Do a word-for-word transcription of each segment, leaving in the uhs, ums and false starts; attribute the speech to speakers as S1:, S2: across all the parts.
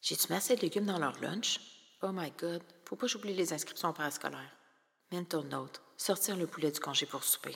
S1: J'ai-tu mis assez de légumes dans leur lunch? Oh my God, faut pas que j'oublie les inscriptions parascolaires. Mental note, sortir le poulet du congé pour souper.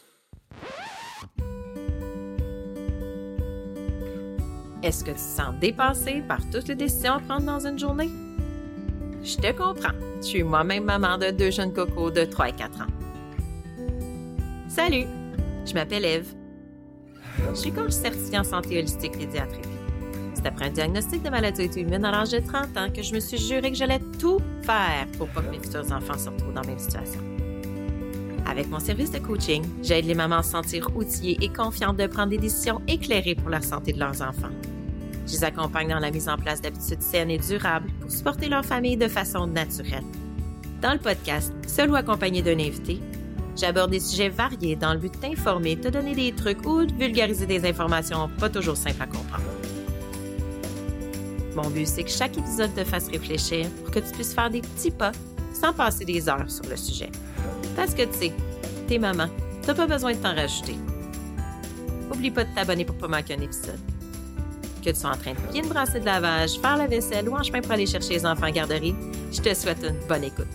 S2: Est-ce que tu te sens dépassé par toutes les décisions à prendre dans une journée? Je te comprends. Je suis moi-même maman de deux jeunes cocos de trois et quatre ans. Salut, je m'appelle Eve. Je suis coach certifiée en santé holistique pédiatrique. C'est après un diagnostic de maladie auto-immune à l'âge de trente ans que je me suis juré que j'allais tout faire pour pas que mes futurs enfants se retrouvent dans la même situation. Avec mon service de coaching, j'aide les mamans à se sentir outillées et confiantes de prendre des décisions éclairées pour la santé de leurs enfants. Je les accompagne dans la mise en place d'habitudes saines et durables pour supporter leur famille de façon naturelle. Dans le podcast, seul ou accompagné d'un invité, j'aborde des sujets variés dans le but de t'informer, te donner des trucs ou de vulgariser des informations pas toujours simples à comprendre. Mon but, c'est que chaque épisode te fasse réfléchir pour que tu puisses faire des petits pas sans passer des heures sur le sujet. Parce que tu sais, t'es maman, t'as pas besoin de t'en rajouter. Oublie pas de t'abonner pour pas manquer un épisode. Que tu sois en train de bien te brasser de lavage, faire la vaisselle ou en chemin pour aller chercher les enfants en garderie, je te souhaite une bonne écoute.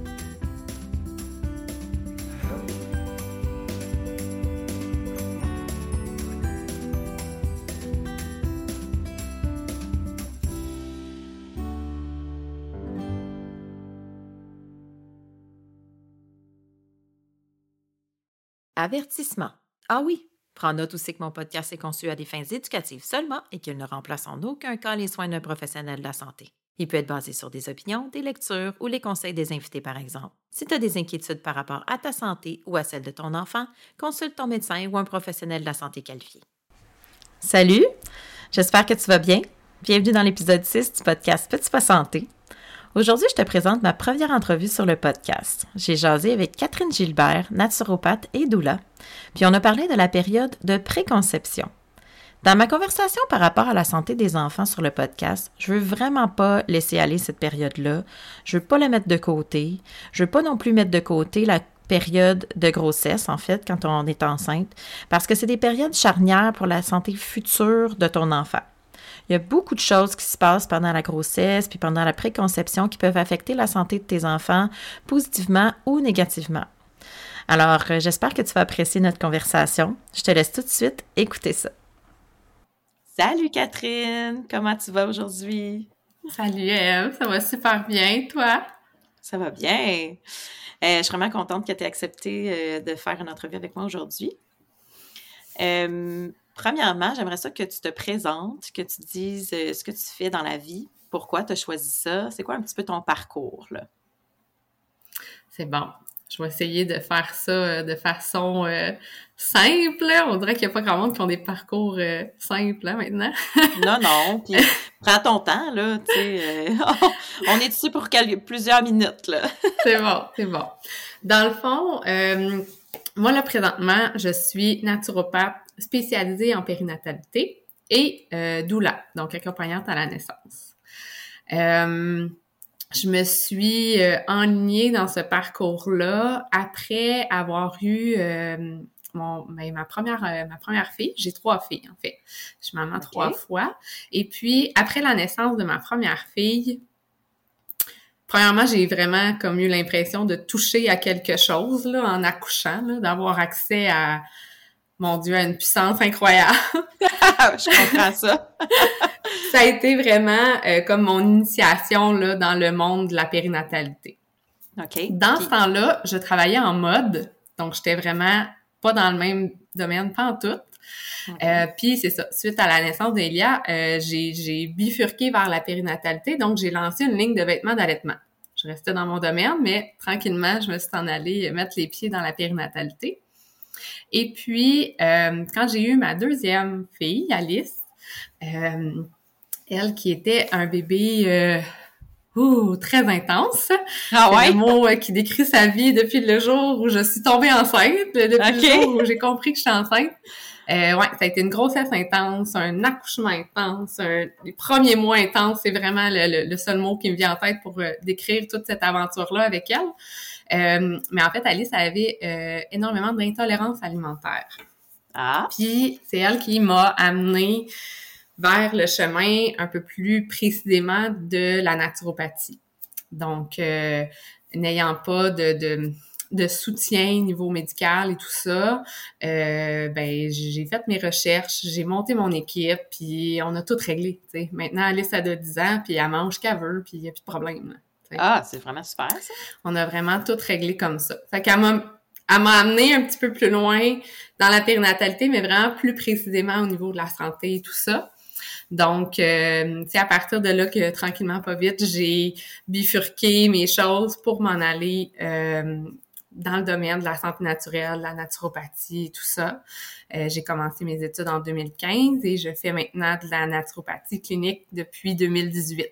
S2: Avertissement. Ah oui, prends note aussi que mon podcast est conçu à des fins éducatives seulement et qu'il ne remplace en aucun cas les soins d'un professionnel de la santé. Il peut être basé sur des opinions, des lectures ou les conseils des invités, par exemple. Si tu as des inquiétudes par rapport à ta santé ou à celle de ton enfant, consulte ton médecin ou un professionnel de la santé qualifié. Salut! J'espère que tu vas bien. Bienvenue dans l'épisode six du podcast Petit Pas Santé. Aujourd'hui, je te présente ma première entrevue sur le podcast. J'ai jasé avec Catherine Gilbert, naturopathe et doula, puis on a parlé de la période de préconception. Dans ma conversation par rapport à la santé des enfants sur le podcast, je veux vraiment pas laisser aller cette période-là. Je veux pas la mettre de côté. Je veux pas non plus mettre de côté la période de grossesse, en fait, quand on est enceinte, parce que c'est des périodes charnières pour la santé future de ton enfant. Il y a beaucoup de choses qui se passent pendant la grossesse puis pendant la préconception qui peuvent affecter la santé de tes enfants positivement ou négativement. Alors, j'espère que tu vas apprécier notre conversation. Je te laisse tout de suite écouter ça. Salut Catherine, comment tu vas aujourd'hui?
S3: Salut Eve, ça va super bien, toi?
S2: Ça va bien. Euh, je suis vraiment contente que tu aies accepté euh, de faire une entrevue avec moi aujourd'hui. Euh, Premièrement, j'aimerais ça que tu te présentes, que tu dises euh, ce que tu fais dans la vie, pourquoi tu as choisi ça, c'est quoi un petit peu ton parcours, là?
S3: C'est bon. Je vais essayer de faire ça euh, de façon euh, simple. On dirait qu'il n'y a pas grand monde qui ont des parcours euh, simples hein, maintenant.
S2: Non, non. Puis prends ton temps, là. Tu sais, euh, on est ici pour quel- plusieurs minutes, là.
S3: C'est bon, c'est bon. Dans le fond, euh, moi, là, présentement, je suis naturopathe spécialisée en périnatalité et euh, doula, donc accompagnante à la naissance. Euh, je me suis euh, enlignée dans ce parcours-là après avoir eu euh, mon, ben, ma première euh, ma première fille. J'ai trois filles, en fait. Je suis maman okay. trois fois. Et puis, après la naissance de ma première fille, premièrement, j'ai vraiment comme eu l'impression de toucher à quelque chose là, en accouchant, là, d'avoir accès à, mon Dieu, à une puissance incroyable.
S2: Je comprends ça.
S3: Ça a été vraiment euh, comme mon initiation là, dans le monde de la périnatalité.
S2: OK.
S3: Dans
S2: Puis...
S3: ce temps-là, je travaillais en mode, donc j'étais vraiment pas dans le même domaine, pas en tout. Okay. Euh, puis c'est ça, suite à la naissance d'Elia, euh, j'ai, j'ai bifurqué vers la périnatalité, donc j'ai lancé une ligne de vêtements d'allaitement. Je restais dans mon domaine, mais tranquillement, je me suis en allée mettre les pieds dans la périnatalité. Et puis, euh, quand j'ai eu ma deuxième fille, Alice, euh, elle qui était un bébé euh, ouh, très intense,
S2: ah ouais?
S3: C'est le mot euh, qui décrit sa vie depuis le jour où je suis tombée enceinte, depuis okay. le jour où j'ai compris que j'étais enceinte. Euh, ouais, ça a été une grossesse intense, un accouchement intense, un, les premiers mois intenses, c'est vraiment le, le, le seul mot qui me vient en tête pour euh, décrire toute cette aventure-là avec elle. Euh, mais en fait, Alice avait euh, énormément d'intolérance alimentaire.
S2: Ah.
S3: Puis c'est elle qui m'a amené vers le chemin un peu plus précisément de la naturopathie. Donc, euh, n'ayant pas de, de, de soutien niveau médical et tout ça, euh, ben j'ai fait mes recherches, j'ai monté mon équipe, puis on a tout réglé, tu sais. Maintenant, Alice a de dix ans, puis elle mange ce qu'elle veut, puis il n'y a plus de problème, là.
S2: Ah, c'est vraiment super, ça.
S3: On a vraiment tout réglé comme ça. Fait qu'elle m'a, elle m'a amené un petit peu plus loin dans la périnatalité, mais vraiment plus précisément au niveau de la santé et tout ça. Donc, euh, c'est à partir de là que, tranquillement, pas vite, j'ai bifurqué mes choses pour m'en aller euh, dans le domaine de la santé naturelle, la naturopathie et tout ça. Euh, j'ai commencé mes études en deux mille quinze et je fais maintenant de la naturopathie clinique depuis deux mille dix-huit.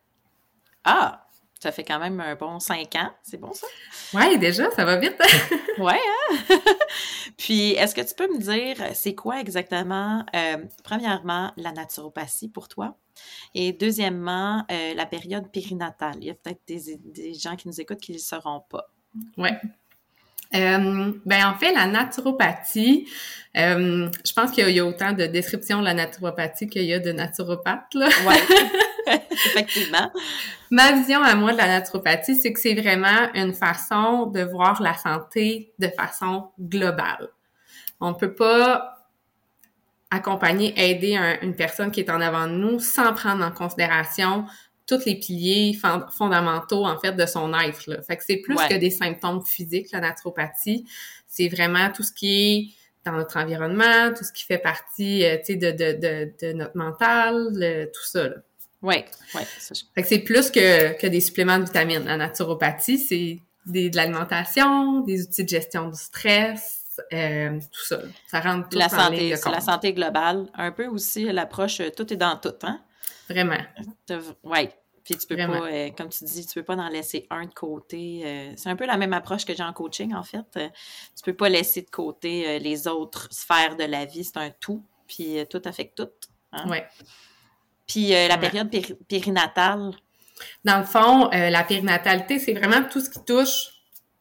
S2: Ah! Ça fait quand même un bon cinq ans. C'est bon, ça?
S3: Oui, déjà, ça va vite.
S2: Oui, hein? Puis, est-ce que tu peux me dire, c'est quoi exactement, euh, premièrement, la naturopathie pour toi? Et deuxièmement, euh, la période périnatale. Il y a peut-être des, des gens qui nous écoutent qui ne le sauront pas.
S3: Oui. Euh, ben en fait, la naturopathie, euh, je pense qu'il y, y a autant de descriptions de la naturopathie qu'il y a de naturopathes, là.
S2: Oui, effectivement.
S3: Ma vision à moi de la naturopathie, c'est que c'est vraiment une façon de voir la santé de façon globale. On peut pas accompagner, aider un, une personne qui est en avant de nous sans prendre en considération tous les piliers fondamentaux, en fait, de son être, là. Fait que c'est plus ouais. que des symptômes physiques, la naturopathie. C'est vraiment tout ce qui est dans notre environnement, tout ce qui fait partie, euh, tu sais, de, de, de, de notre mental, le, tout ça, là.
S2: Oui, oui.
S3: Fait que c'est plus que, que des suppléments de vitamines. La naturopathie, c'est des, de l'alimentation, des outils de gestion du stress, euh, tout ça. Ça rentre tout
S2: la
S3: en
S2: santé,
S3: ligne de compte.
S2: C'est la santé globale. Un peu aussi l'approche, tout est dans tout, hein?
S3: Vraiment.
S2: Oui. Puis tu peux
S3: Vraiment.
S2: pas, euh, comme tu dis, tu peux pas en laisser un de côté. Euh, c'est un peu la même approche que j'ai en coaching, en fait. Euh, tu peux pas laisser de côté euh, les autres sphères de la vie. C'est un tout. Puis euh, tout affecte tout. Hein?
S3: Oui.
S2: Puis euh, la
S3: ouais.
S2: période péri- périnatale.
S3: Dans le fond, euh, la périnatalité, c'est vraiment tout ce qui touche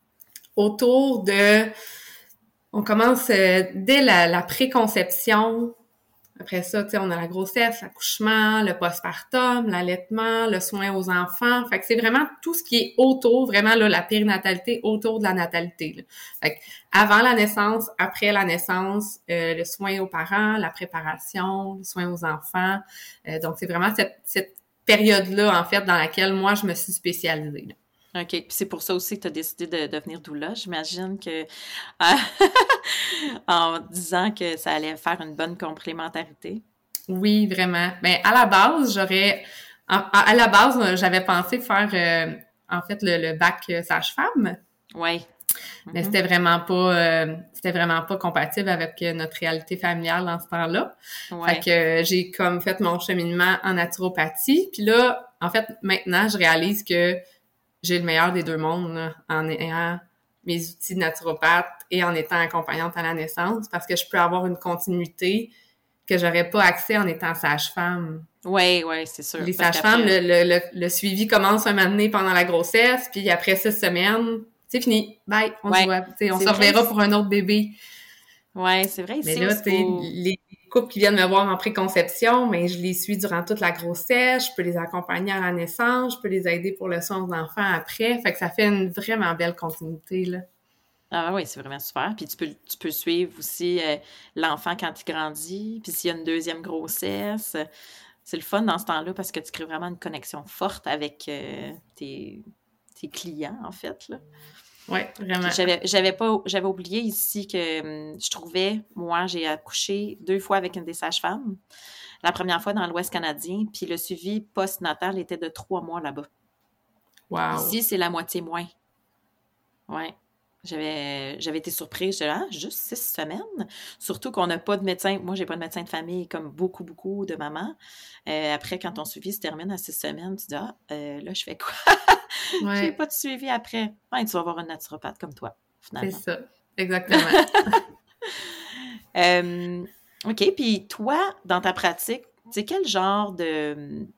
S3: autour de... On commence euh, dès la, la préconception. Après ça, tu sais, on a la grossesse, l'accouchement, le postpartum, l'allaitement, le soin aux enfants. Fait que c'est vraiment tout ce qui est autour, vraiment là, la périnatalité autour de la natalité, là. Fait que avant la naissance, après la naissance, euh, le soin aux parents, la préparation, le soin aux enfants. Euh, donc, c'est vraiment cette, cette période-là, en fait, dans laquelle moi, je me suis spécialisée, là.
S2: OK. Puis c'est pour ça aussi que tu as décidé de devenir doula. J'imagine que en disant que ça allait faire une bonne complémentarité. Oui,
S3: vraiment. Ben à la base, j'aurais... À, à la base, j'avais pensé faire, euh, en fait, le, le bac sage-femme.
S2: Oui.
S3: Mm-hmm. Mais c'était vraiment pas... Euh, c'était vraiment pas compatible avec notre réalité familiale dans ce temps-là. Ouais. Fait que euh, j'ai comme fait mon cheminement en naturopathie. Puis là, en fait, maintenant, je réalise que j'ai le meilleur des deux mondes là, en ayant mes outils de naturopathe et en étant accompagnante à la naissance parce que je peux avoir une continuité que j'aurais pas accès en étant sage-femme.
S2: Oui, oui, c'est sûr.
S3: Les sages-femmes, le, le, le, le suivi commence un moment donné pendant la grossesse, puis après six semaines, c'est fini. Bye, on ouais. se voit. T'sais, on se reverra pour un autre bébé.
S2: Oui, c'est vrai.
S3: Mais là, tu sais, les couples qui viennent me voir en préconception, mais je les suis durant toute la grossesse, je peux les accompagner à la naissance, je peux les aider pour le soin aux enfants après. Fait que ça fait une vraiment belle continuité, là.
S2: Ah oui, c'est vraiment super. Puis tu peux, tu peux suivre aussi euh, l'enfant quand il grandit, puis s'il y a une deuxième grossesse. C'est le fun dans ce temps-là parce que tu crées vraiment une connexion forte avec euh, tes, tes clients, en fait, là.
S3: Oui, vraiment.
S2: J'avais, j'avais pas, j'avais oublié ici que hum, je trouvais, moi, j'ai accouché deux fois avec une des sages-femmes. La première fois dans l'Ouest canadien, puis le suivi post-natal était de trois mois là-bas.
S3: Wow.
S2: Ici, c'est la moitié moins. Oui. J'avais, j'avais été surprise. Je disais, ah, juste six semaines. Surtout qu'on n'a pas de médecin. Moi, j'ai pas de médecin de famille comme beaucoup, beaucoup de mamans. Euh, après, quand ton suivi se termine à six semaines, tu dis, ah, euh, là, je fais quoi? Ouais. J'ai pas de suivi après. Ouais, tu vas avoir une naturopathe comme toi, finalement.
S3: C'est ça. Exactement.
S2: euh, OK. Puis toi, dans ta pratique, tu sais, quel genre de,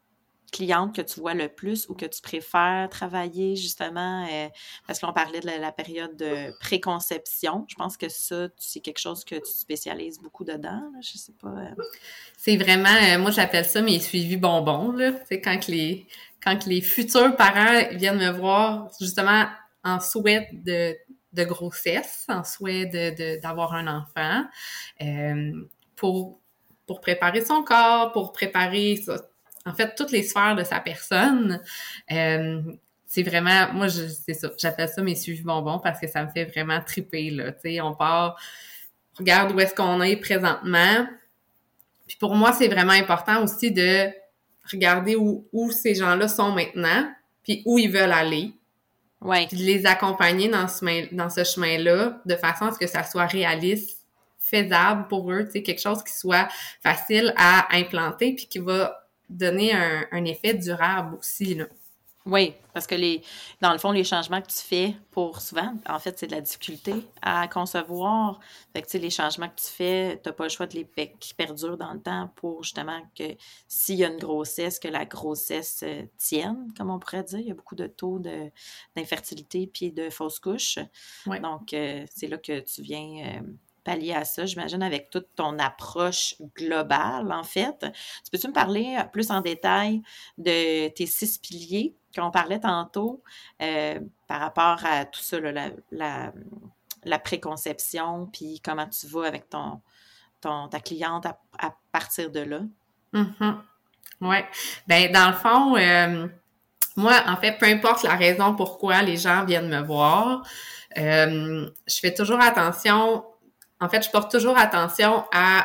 S2: cliente que tu vois le plus ou que tu préfères travailler, justement, euh, parce qu'on parlait de la, la période de préconception. Je pense que ça, c'est quelque chose que tu spécialises beaucoup dedans, là, je sais pas. Euh...
S3: C'est vraiment, euh, moi j'appelle ça mes suivis bonbons, là. C'est quand que les quand que les futurs parents viennent me voir, justement, en souhait de, de grossesse, en souhait de, de, d'avoir un enfant, euh, pour, pour préparer son corps, pour préparer, ça, en fait, toutes les sphères de sa personne. Euh, c'est vraiment, moi, je, c'est ça, j'appelle ça mes suivis bonbons parce que ça me fait vraiment triper, là. Tu sais, on part, regarde où est-ce qu'on est présentement. Puis pour moi, c'est vraiment important aussi de regarder où, où ces gens-là sont maintenant, puis où ils veulent aller.
S2: Ouais.
S3: Puis de les accompagner dans ce, chemin, dans ce chemin-là, de façon à ce que ça soit réaliste, faisable pour eux, tu sais, quelque chose qui soit facile à implanter, puis qui va donner un, un effet durable aussi, là.
S2: Oui, parce que les, dans le fond, les changements que tu fais pour souvent, en fait, c'est de la difficulté à concevoir. Fait que, tu sais, les changements que tu fais, tu n'as pas le choix de les pe- qui perdurent dans le temps pour justement que s'il y a une grossesse, que la grossesse euh, tienne, comme on pourrait dire. Il y a beaucoup de taux de, d'infertilité puis de fausses couches.
S3: Ouais.
S2: Donc, euh, c'est là que tu viens euh, pallier à ça, j'imagine, avec toute ton approche globale, en fait. Tu peux-tu me parler plus en détail de tes six piliers qu'on parlait tantôt euh, par rapport à tout ça, là, la, la, la préconception, puis comment tu vas avec ton, ton, ta cliente à, à partir de là?
S3: Mm-hmm. Oui. Ben dans le fond, euh, moi, en fait, peu importe la raison pourquoi les gens viennent me voir, euh, je fais toujours attention, en fait, je porte toujours attention à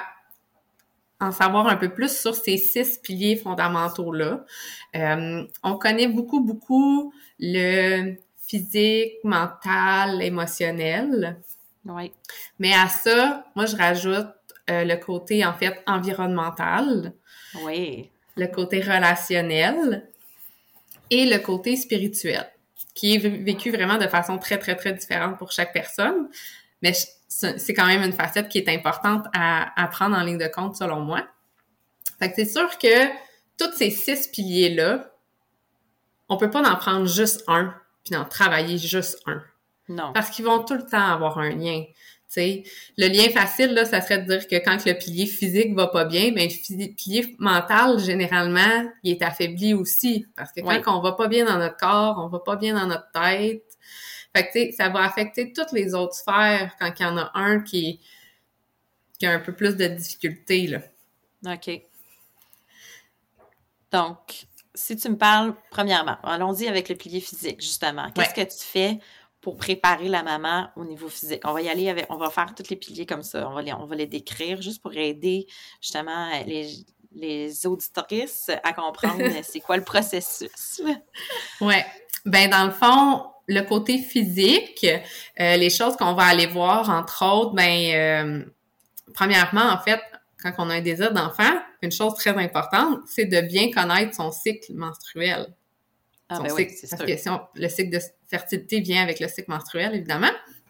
S3: en savoir un peu plus sur ces six piliers fondamentaux-là. Euh, on connaît beaucoup, beaucoup le physique, mental, émotionnel.
S2: Oui.
S3: Mais à ça, moi, je rajoute euh, le côté, en fait, environnemental.
S2: Oui.
S3: Le côté relationnel et le côté spirituel, qui est vécu vraiment de façon très, très, très différente pour chaque personne. Mais c'est quand même une facette qui est importante à, à prendre en ligne de compte, selon moi. Fait que c'est sûr que tous ces six piliers-là, on peut pas en prendre juste un, puis d'en travailler juste un.
S2: Non.
S3: Parce qu'ils vont tout le temps avoir un lien. T'sais, le lien facile, là, ça serait de dire que quand le pilier physique va pas bien, ben le pilier mental, généralement, il est affaibli aussi. Parce que quand
S2: oui.
S3: on va pas bien dans notre corps, on va pas bien dans notre tête. Fait que, tu sais, ça va affecter toutes les autres sphères quand il y en a un qui, qui a un peu plus de difficultés, là.
S2: OK. Donc, si tu me parles, premièrement, allons-y avec le pilier physique, justement. Qu'est-ce
S3: ouais.
S2: que tu fais pour préparer la maman au niveau physique? On va y aller avec, on va faire tous les piliers comme ça. On va les, on va les décrire juste pour aider, justement, les, les auditrices à comprendre c'est quoi le processus.
S3: Ouais. Ben, dans le fond, le côté physique, euh, les choses qu'on va aller voir, entre autres, ben, euh, premièrement, en fait, quand on a un désir d'enfant, une chose très importante, c'est de bien connaître son cycle menstruel.
S2: Ah,
S3: son
S2: ben
S3: cycle,
S2: oui, c'est
S3: parce
S2: sûr.
S3: que si on, le cycle de fertilité vient avec le cycle menstruel, évidemment.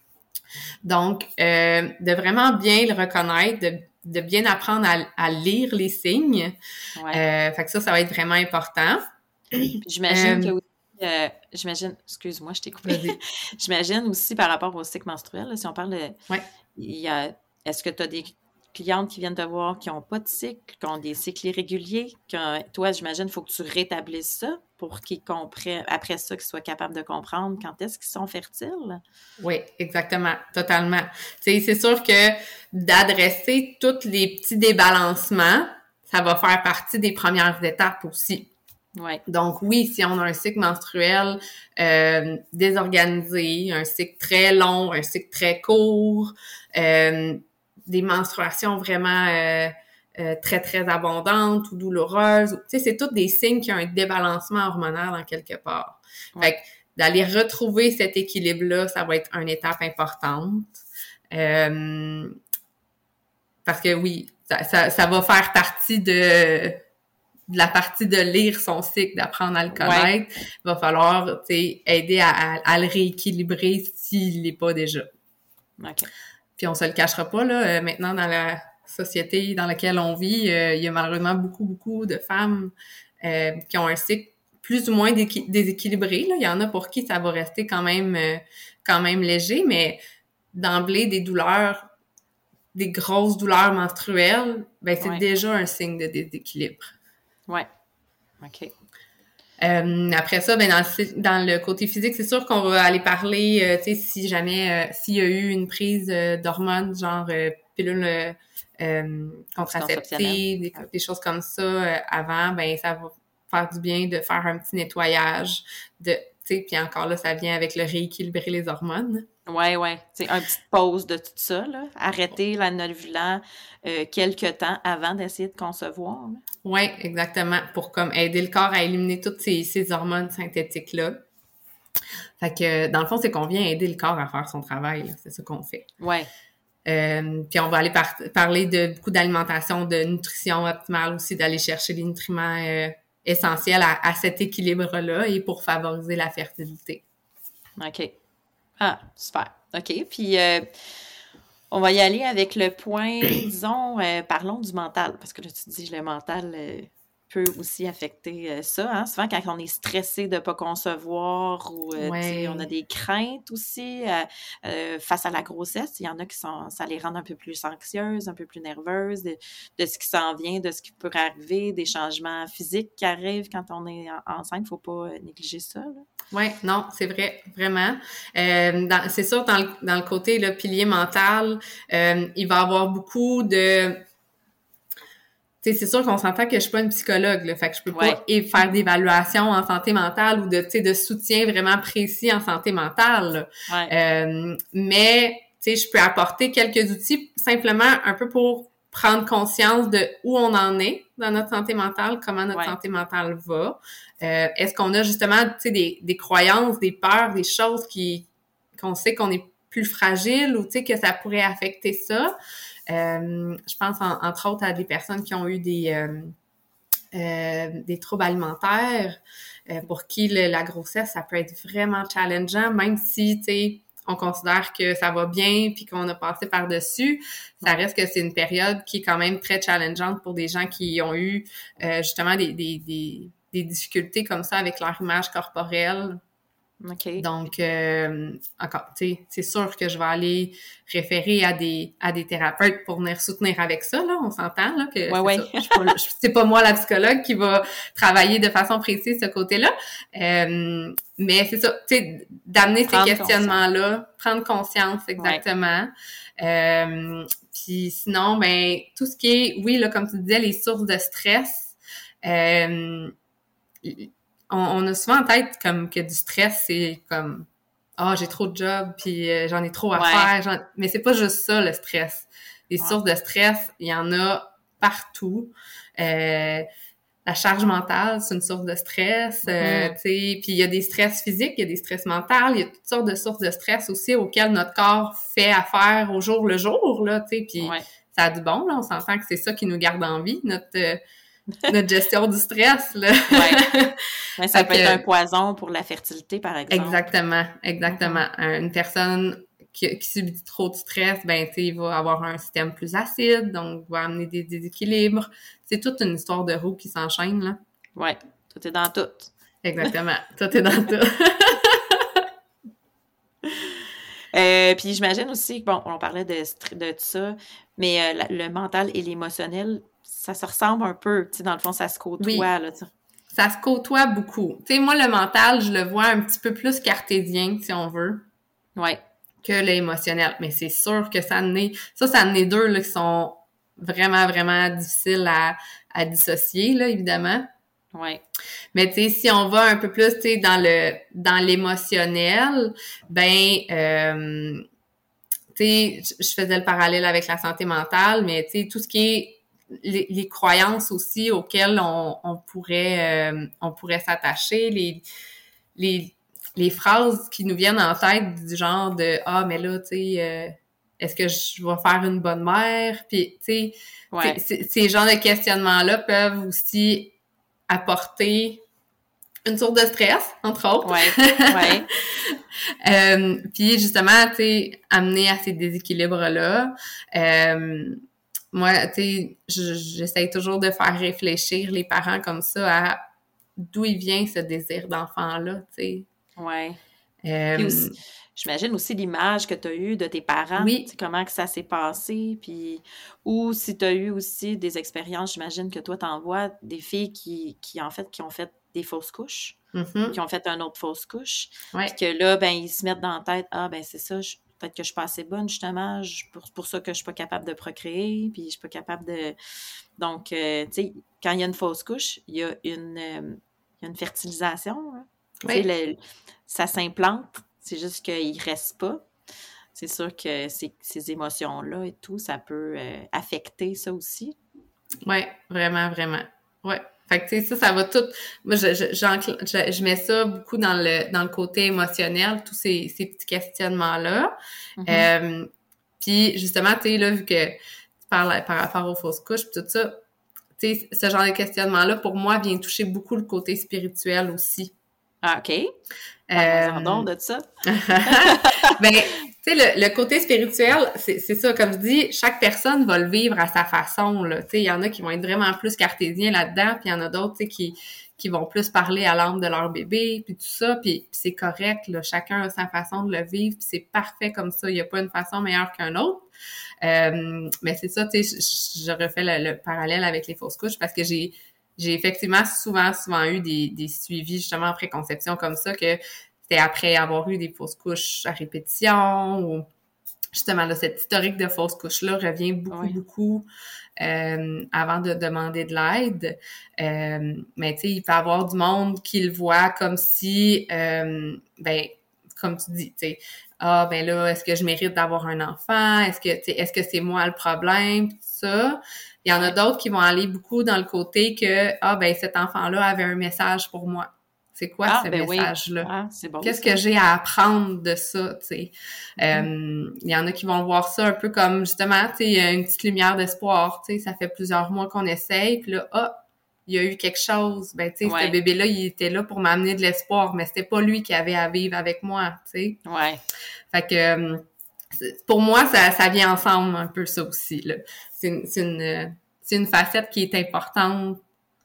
S3: Donc, euh, de vraiment bien le reconnaître, de, de bien apprendre à, à lire les signes.
S2: Ouais.
S3: Euh, fait que ça, ça va être vraiment important.
S2: Puis j'imagine
S3: euh,
S2: que Euh, j'imagine, excuse-moi, je t'ai coupé. J'imagine aussi par rapport au cycle menstruel, là, si on parle de.
S3: Ouais.
S2: Il y a, est-ce que tu as des clientes qui viennent te voir qui n'ont pas de cycle, qui ont des cycles irréguliers? Que, toi, j'imagine, il faut que tu rétablisses ça pour qu'ils comprennent, après ça, qu'ils soient capables de comprendre quand est-ce qu'ils sont fertiles?
S3: Oui, exactement, totalement. Tu sais, c'est sûr que d'adresser tous les petits débalancements, ça va faire partie des premières étapes aussi.
S2: Ouais.
S3: Donc oui, si on a un cycle menstruel euh, désorganisé, un cycle très long, un cycle très court, euh, des menstruations vraiment euh, euh, très, très abondantes ou douloureuses, tu sais, c'est tous des signes qu'il y a un débalancement hormonal en quelque part.
S2: Ouais.
S3: Fait que d'aller retrouver cet équilibre-là, ça va être une étape importante. Euh, parce que oui, ça, ça, ça va faire partie de... de la partie de lire son cycle, d'apprendre à le connaître, il ouais. va falloir, tu sais, aider à, à, à le rééquilibrer s'il l'est pas déjà.
S2: Okay.
S3: Puis on se le cachera pas, là, euh, maintenant dans la société dans laquelle on vit, euh, il y a malheureusement beaucoup, beaucoup de femmes euh, qui ont un cycle plus ou moins déqui- déséquilibré. Là. Il y en a pour qui ça va rester quand même euh, quand même léger, mais d'emblée, des douleurs, des grosses douleurs menstruelles, ben c'est
S2: ouais.
S3: déjà un signe de déséquilibre.
S2: Ouais. OK.
S3: Euh, après ça, ben dans le, dans le côté physique, c'est sûr qu'on va aller parler, euh, tu sais, si jamais, euh, s'il y a eu une prise euh, d'hormones, genre euh, pilule euh, euh, contraceptive, des, des choses comme ça euh, avant, ben ça va faire du bien de faire un petit nettoyage, de, tu sais, puis encore là, ça vient avec le rééquilibrer les hormones.
S2: Ouais, ouais. C'est une petite pause de tout ça, là. Arrêter l'anovulant euh, quelques temps avant d'essayer de concevoir. Là.
S3: Oui, exactement. Pour comme aider le corps à éliminer toutes ces, ces hormones synthétiques-là. Fait que, dans le fond, c'est qu'on vient aider le corps à faire son travail. Là. C'est ça qu'on fait.
S2: Ouais.
S3: Euh, puis on va aller par- parler de beaucoup d'alimentation, de nutrition optimale aussi, d'aller chercher les nutriments euh, essentiels à, à cet équilibre-là et pour favoriser la fertilité.
S2: OK. Ah, super. OK. Puis, euh, on va y aller avec le point, disons, euh, parlons du mental. Parce que là, tu dis, le mental euh, peut aussi affecter euh, ça. Hein? Souvent, quand on est stressé de ne pas concevoir ou euh,
S3: Ouais.
S2: on a des craintes aussi euh, euh, face à la grossesse, il y en a qui sont, ça les rend un peu plus anxieuses, un peu plus nerveuses de, de ce qui s'en vient, de ce qui peut arriver, des changements physiques qui arrivent quand on est enceinte. Il ne faut pas négliger ça. Là.
S3: Oui, non, c'est vrai, vraiment. Euh, dans, c'est sûr, dans le, dans le côté là, pilier mental, euh, il va y avoir beaucoup de... Tu sais, c'est sûr qu'on s'entend que je suis pas une psychologue, là, fait que je peux
S2: Ouais.
S3: pas é- faire d'évaluation en santé mentale ou de, tu sais, de soutien vraiment précis en santé mentale.
S2: Ouais.
S3: Euh, mais, tu sais, je peux apporter quelques outils simplement un peu pour prendre conscience de où on en est dans notre santé mentale, comment notre
S2: Ouais.
S3: santé mentale va. Euh, est-ce qu'on a justement, tu sais, des, des croyances, des peurs, des choses qui qu'on sait qu'on est plus fragile ou, tu sais, que ça pourrait affecter ça. Euh, je pense, en, entre autres, à des personnes qui ont eu des, euh, euh, des troubles alimentaires, euh, pour qui le, la grossesse, ça peut être vraiment challengeant, même si, tu sais, on considère que ça va bien puis qu'on a passé par-dessus, ça reste que c'est une période qui est quand même très challengeante pour des gens qui ont eu euh, justement des, des, des, des difficultés comme ça avec leur image corporelle.
S2: OK.
S3: Donc, euh, encore, tu sais, c'est sûr que je vais aller référer à des à des thérapeutes pour venir soutenir avec ça, là, on s'entend, là, que
S2: Ouais,
S3: c'est
S2: ouais.
S3: ça. Je suis pas, je- c'est pas moi la psychologue qui va travailler de façon précise ce côté-là, euh, mais c'est ça, tu sais, d'amener
S2: Prendre
S3: ces questionnements-là, prendre conscience, exactement. Euh, puis sinon, ben, tout ce qui est, oui, là, comme tu disais, les sources de stress, euh, On, on a souvent en tête comme que du stress, c'est comme ah, oh, j'ai trop de job, puis euh, j'en ai trop à
S2: Ouais.
S3: faire. J'en... Mais c'est pas juste ça, le stress. Les
S2: Ouais.
S3: sources de stress, il y en a partout. Euh, la charge mentale, c'est une source de stress. Euh,
S2: Mm-hmm.
S3: tu sais, puis il y a des stress physiques, il y a des stress mentaux, il y a toutes sortes de sources de stress aussi auxquelles notre corps fait affaire au jour le jour, là, tu sais, puis
S2: Ouais.
S3: ça a du bon, là. On s'entend que c'est ça qui nous garde en vie, notre... Euh, notre gestion du stress, là.
S2: Ouais. Mais ça
S3: Fait
S2: peut
S3: que-
S2: être un poison pour la fertilité, par exemple.
S3: Exactement, exactement. Une personne qui, qui subit trop de stress, ben, tu sais, il va avoir un système plus acide, donc va amener des déséquilibres. C'est toute une histoire de roue qui s'enchaîne, là.
S2: Ouais. Tout est dans tout.
S3: Exactement. Tout est dans tout.
S2: Euh, puis j'imagine aussi, bon, on parlait de, str- de tout ça, mais euh, la- le mental et l'émotionnel, ça se ressemble un peu, tu sais, dans le fond, ça se côtoie,
S3: Oui.
S2: là, tu sais.
S3: Ça se côtoie beaucoup. Tu sais, moi, le mental, je le vois un petit peu plus cartésien, si on veut,
S2: Ouais.
S3: que l'émotionnel. Mais c'est sûr que ça en est... Ça, ça en est deux, là, qui sont vraiment, vraiment difficiles à, à dissocier, là, évidemment.
S2: Ouais.
S3: Mais tu sais, si on va un peu plus, tu sais, dans le dans l'émotionnel, ben, euh, tu sais, je faisais le parallèle avec la santé mentale, mais tu sais, tout ce qui est les, les croyances aussi auxquelles on, on pourrait euh, on pourrait s'attacher, les les les phrases qui nous viennent en tête du genre de ah mais là, tu sais, euh, est-ce que je vais faire une bonne mère? Puis tu sais,
S2: Ouais.
S3: c'est- c'est- ces genres de questionnements-là peuvent aussi apporter une source de stress, entre autres.
S2: Ouais. Ouais.
S3: euh, puis justement, tu sais, amener à ces déséquilibres-là. Euh, moi, tu sais, j'essaie toujours de faire réfléchir les parents comme ça à d'où il vient ce désir d'enfant-là, tu sais.
S2: Ouais.
S3: Euh,
S2: Puis aussi, j'imagine aussi l'image que tu as eue de tes parents,
S3: oui.
S2: tu sais, comment que ça s'est passé, puis ou si tu as eu aussi des expériences, j'imagine que toi, t'en vois des filles qui, qui, en fait, qui ont fait des fausses couches,
S3: Mm-hmm.
S2: qui ont fait une autre fausse couche,
S3: Ouais.
S2: puis que là, ben ils se mettent dans la tête, ah, ben c'est ça, je- peut-être que je suis pas assez bonne, justement, je- pour, pour ça que je suis pas capable de procréer, puis je suis pas capable de... Donc, euh, tu sais, quand il y a une fausse couche, il y a une, euh, il y a une fertilisation, hein. Tu sais,
S3: Ouais.
S2: le- ça s'implante, c'est juste qu'il reste pas. C'est sûr que ces, ces émotions-là et tout, ça peut euh, affecter ça aussi.
S3: Ouais, vraiment, vraiment. Ouais. Fait que, tu sais, ça, ça va tout... Moi, je, je, j'encl- je, je mets ça beaucoup dans le dans le côté émotionnel, tous ces, ces petits questionnements-là.
S2: Mm-hmm.
S3: Euh, puis, justement, tu sais, là, vu que tu parles par rapport aux fausses couches, puis tout ça, tu sais, ce genre de questionnement-là, pour moi, vient toucher beaucoup le côté spirituel aussi.
S2: Ah, OK.
S3: Euh...
S2: Parlons-en donc de ça.
S3: Ben, tu sais, le, le côté spirituel, c'est, c'est ça, comme je dis, chaque personne va le vivre à sa façon, là. Tu sais, il y en a qui vont être vraiment plus cartésiens là-dedans, puis il y en a d'autres, tu sais, qui, qui vont plus parler à l'âme de leur bébé, puis tout ça, puis, puis c'est correct, là. Chacun a sa façon de le vivre, puis c'est parfait comme ça. Il n'y a pas une façon meilleure qu'une autre. Euh, mais c'est ça, tu sais, je, je refais le, le parallèle avec les fausses couches parce que j'ai j'ai effectivement souvent, souvent eu des, des suivis justement en préconception comme ça, que c'était après avoir eu des fausses couches à répétition ou justement là, cette historique de fausses couches-là revient beaucoup,
S2: Oui.
S3: beaucoup euh, avant de demander de l'aide. Euh, mais tu sais, il peut y avoir du monde qui le voit comme si, euh, ben, comme tu dis, tu sais, ah ben là, est-ce que je mérite d'avoir un enfant? Est-ce que, tu sais, est-ce que c'est moi le problème? Tout ça. Il y en a d'autres qui vont aller beaucoup dans le côté que, ah ben cet enfant-là avait un message pour moi. C'est quoi
S2: Ah,
S3: ce
S2: ben
S3: message-là?
S2: Oui. Ah, c'est bon,
S3: Qu'est-ce
S2: ça.
S3: que j'ai à apprendre de ça, tu sais?
S2: Mm-hmm.
S3: Euh, il y en a qui vont voir ça un peu comme, justement, tu sais, une petite lumière d'espoir, tu sais, ça fait plusieurs mois qu'on essaye, puis là, ah, il y a eu quelque chose. Ben, tu sais,
S2: Ouais.
S3: ce bébé-là, il était là pour m'amener de l'espoir, mais c'était pas lui qui avait à vivre avec moi, tu sais?
S2: Ouais.
S3: Fait que, pour moi, ça, ça vient ensemble un peu, ça aussi, là. C'est une, c'est une, c'est une facette qui est importante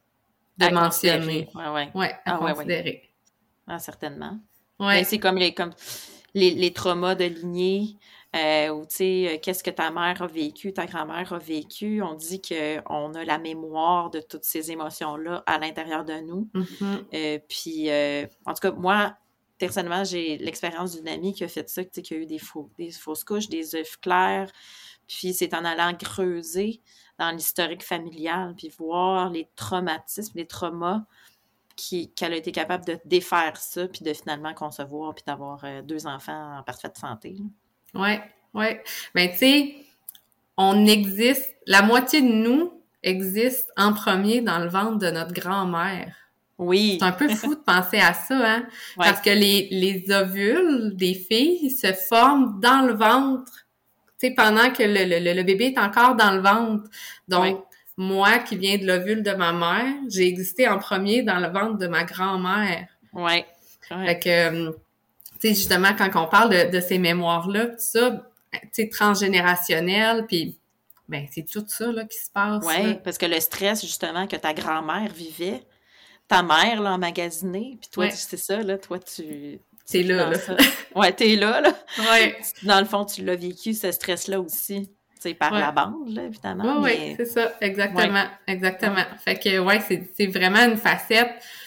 S3: de
S2: à
S3: mentionner.
S2: Ouais, ouais.
S3: Ouais, à
S2: ah,
S3: considérer.
S2: Ouais, ouais. Ah, certainement.
S3: Ouais.
S2: Ben, c'est comme les, comme les, les traumas de lignée, euh, ou tu sais, qu'est-ce que ta mère a vécu, ta grand-mère a vécu. On dit qu'on a la mémoire de toutes ces émotions-là à l'intérieur de nous.
S3: Mm-hmm.
S2: Euh, puis, euh, en tout cas, moi, personnellement, j'ai l'expérience d'une amie qui a fait ça, tu sais, qui a eu des, faux, des fausses couches, des œufs clairs. Puis, c'est en allant creuser dans l'historique familial, puis voir les traumatismes, les traumas, qui, qu'elle a été capable de défaire ça, puis de finalement concevoir, puis d'avoir euh, deux enfants en parfaite santé. Là.
S3: Ouais, ouais. Ben, tu sais, on existe, la moitié de nous existe en premier dans le ventre de notre grand-mère.
S2: Oui.
S3: C'est un peu fou de penser à ça, hein?
S2: Ouais.
S3: Parce que les, les ovules des filles se forment dans le ventre, tu sais, pendant que le, le, le bébé est encore dans le ventre. Donc, ouais. Moi, qui viens de l'ovule de ma mère, j'ai existé en premier dans le ventre de ma grand-mère.
S2: Ouais.
S3: ouais. Fait que, tu sais, justement, quand on parle de, de ces mémoires-là, tout ça, tu sais, transgénérationnel, puis ben c'est tout ça, là, qui se passe.
S2: Oui, parce que le stress, justement, que ta grand-mère vivait, ta mère l'a emmagasiné, puis toi, ouais. c'est ça, là, toi, tu...
S3: T'es là, là.
S2: Ça. Ouais, t'es là, là.
S3: Ouais.
S2: Dans le fond, tu l'as vécu, ce stress-là aussi. C'est par
S3: ouais.
S2: la bande, là, évidemment.
S3: Oui,
S2: mais...
S3: oui, c'est ça, exactement,
S2: ouais.
S3: exactement. Ouais. Fait que, ouais, c'est, c'est vraiment une facette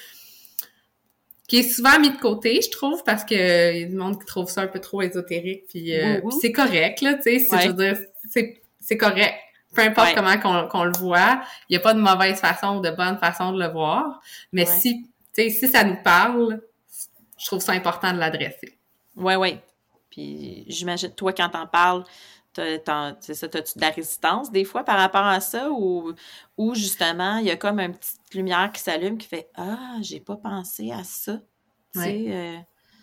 S3: qui est souvent mise de côté, je trouve, parce que y a du monde qui trouve ça un peu trop ésotérique, puis, euh, puis c'est correct, là, tu sais, ouais. je veux dire, c'est, c'est correct. Peu importe ouais. comment qu'on, qu'on le voit, il n'y a pas de mauvaise façon ou de bonne façon de le voir, mais ouais. si, tu sais, si ça nous parle, je trouve ça important de l'adresser.
S2: Oui, oui. Puis j'imagine, toi, quand t'en parles, T'as, t'as, c'est ça, t'as-tu de la résistance des fois par rapport à ça ou, ou justement, il y a comme une petite lumière qui s'allume qui fait « Ah, j'ai pas pensé à ça. » Tu sais, euh,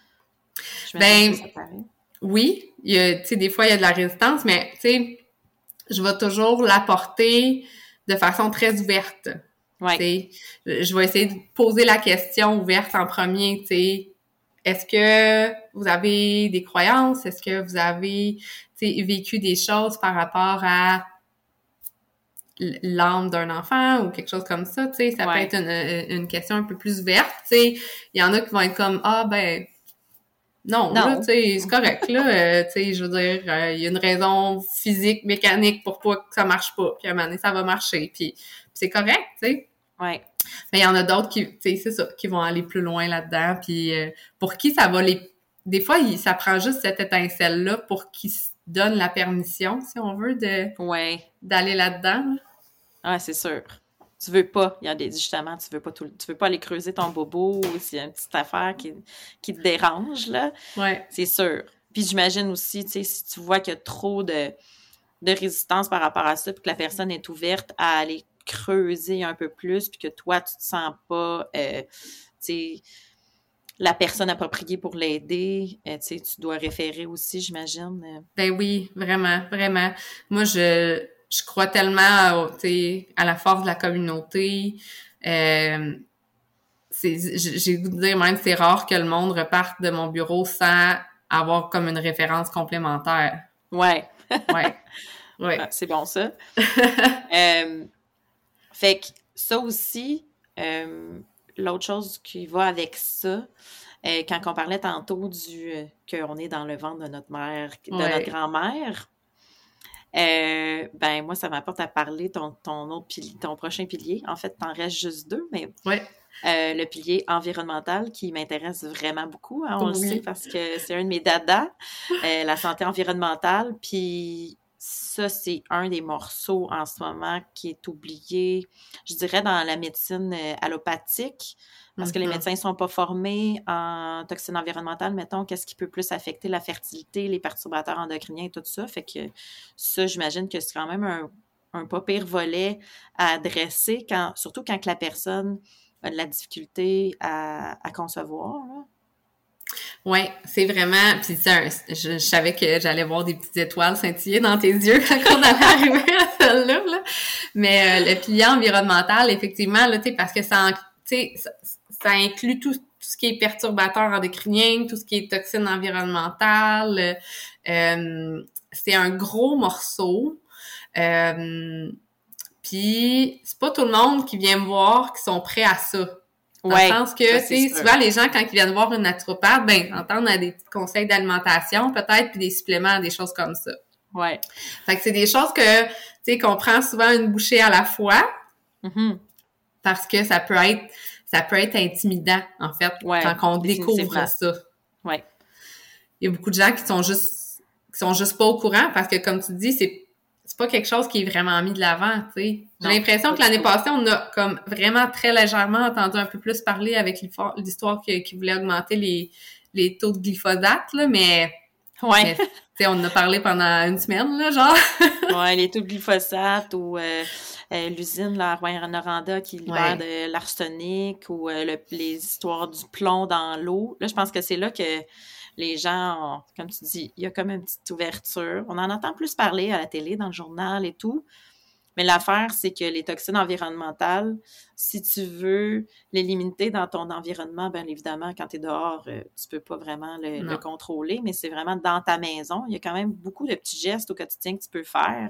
S3: ben, ça oui, il y a, tu sais, des fois, il y a de la résistance, mais tu sais, je vais toujours l'apporter de façon très ouverte.
S2: Ouais.
S3: Tu sais, je vais essayer de poser la question ouverte en premier, tu sais. Est-ce que vous avez des croyances? Est-ce que vous avez vécu des choses par rapport à l'âme d'un enfant ou quelque chose comme ça, tu sais, ça
S2: Ouais.
S3: peut être une, une question un peu plus ouverte, tu sais. Il y en a qui vont être comme, ah, ben, non,
S2: Non.
S3: là, tu sais, c'est correct, là, euh, tu sais, je veux dire, il euh, y a une raison physique, mécanique pour pas que ça marche pas, puis à un moment donné, ça va marcher, puis, puis c'est correct, tu sais.
S2: Ouais.
S3: Mais il y en a d'autres qui, tu sais, c'est ça, qui vont aller plus loin là-dedans, puis euh, pour qui ça va les... Des fois, il, ça prend juste cette étincelle-là pour qu'ils se donnent la permission, si on veut, de
S2: Ouais.
S3: d'aller là-dedans.
S2: Ah, c'est sûr. Tu veux pas, il y a des, justement, tu veux pas tout, tu veux pas aller creuser ton bobo ou s'il y a une petite affaire qui, qui te dérange, là.
S3: Ouais.
S2: C'est sûr. Puis j'imagine aussi, tu sais, si tu vois qu'il y a trop de, de résistance par rapport à ça, puis que la personne est ouverte à aller creuser un peu plus, puis que toi, tu te sens pas, euh, tu sais, la personne appropriée pour l'aider, euh, tu sais, tu dois référer aussi, j'imagine. euh.
S3: Ben oui, vraiment, vraiment. Moi, je, je crois tellement, tu sais, à la force de la communauté. Euh, c'est, j'ai le goût de dire même, c'est rare que le monde reparte de mon bureau sans avoir comme une référence complémentaire.
S2: Ouais.
S3: Ouais. Ouais.
S2: Ah, c'est bon, ça. euh, fait que ça aussi, euh, l'autre chose qui va avec ça, euh, quand on parlait tantôt du euh, qu'on est dans le ventre de notre mère, de
S3: Ouais.
S2: notre grand-mère, euh, ben moi, ça m'apporte à parler ton, ton autre pilier, ton prochain pilier. En fait, t'en restes juste deux, mais
S3: Ouais.
S2: euh, le pilier environnemental qui m'intéresse vraiment beaucoup, hein, on
S3: Oui.
S2: le sait, parce que c'est un de mes dadas, euh, la santé environnementale, puis ça, c'est un des morceaux en ce moment qui est oublié, je dirais, dans la médecine euh, allopathique, parce que les
S3: Mhm.
S2: médecins ne sont pas formés en toxines environnementales, mettons, qu'est-ce qui peut plus affecter la fertilité, les perturbateurs endocriniens et tout ça. Fait que ça, j'imagine que c'est quand même un, un pas pire volet à adresser, quand, surtout quand que la personne a de la difficulté à, à concevoir. Là.
S3: Ouais, c'est vraiment... Puis c'est un... je, je savais que j'allais voir des petites étoiles scintiller dans tes yeux quand on allait arriver à celle-là. Là. Mais euh, le pilier environnemental, effectivement, là, tu sais, parce que ça, tu sais, ça, ça inclut tout, tout ce qui est perturbateur endocrinien, tout ce qui est toxines environnementales. Euh, c'est un gros morceau. Euh, Puis c'est pas tout le monde qui vient me voir qui sont prêts à ça. Dans
S2: Ouais,
S3: le sens que,
S2: ça,
S3: tu sais, souvent, les gens, quand ils viennent voir une naturopathe, ben, entendent à des petits conseils d'alimentation, peut-être, puis des suppléments, des choses comme ça.
S2: Ouais.
S3: Fait que c'est des choses que, tu sais, qu'on prend souvent une bouchée à la fois,
S2: Mm-hmm.
S3: parce que ça peut être, ça peut être intimidant, en fait,
S2: Ouais,
S3: quand on découvre ça.
S2: Ouais.
S3: Il y a beaucoup de gens qui sont juste, qui sont juste pas au courant, parce que, comme tu dis, c'est c'est pas quelque chose qui est vraiment mis de l'avant, tu sais. J'ai l'impression que l'année passée, on a comme vraiment très légèrement entendu un peu plus parler avec l'histoire qui, qui voulait augmenter les, les taux de glyphosate, là, mais,
S2: ouais.
S3: mais tu sais, on en a parlé pendant une semaine, là, genre.
S2: ouais, les taux de glyphosate ou euh, euh, l'usine, là, à Rouyn-Noranda qui libère
S3: Ouais.
S2: de l'arsenic ou euh, le, les histoires du plomb dans l'eau. Là, je pense que c'est là que les gens, ont, comme tu dis, il y a comme une petite ouverture. On en entend plus parler à la télé, dans le journal et tout. Mais l'affaire, c'est que les toxines environnementales, si tu veux les limiter dans ton environnement, bien évidemment, quand tu es dehors, euh, tu peux pas vraiment le, le contrôler, mais c'est vraiment dans ta maison. Il y a quand même beaucoup de petits gestes au quotidien que tu peux faire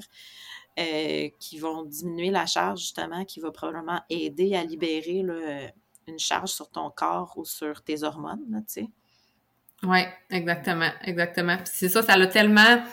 S2: euh, qui vont diminuer la charge, justement, qui va probablement aider à libérer là, une charge sur ton corps ou sur tes hormones, là, tu sais.
S3: Oui, exactement, exactement. Puis c'est ça, ça l'a tellement...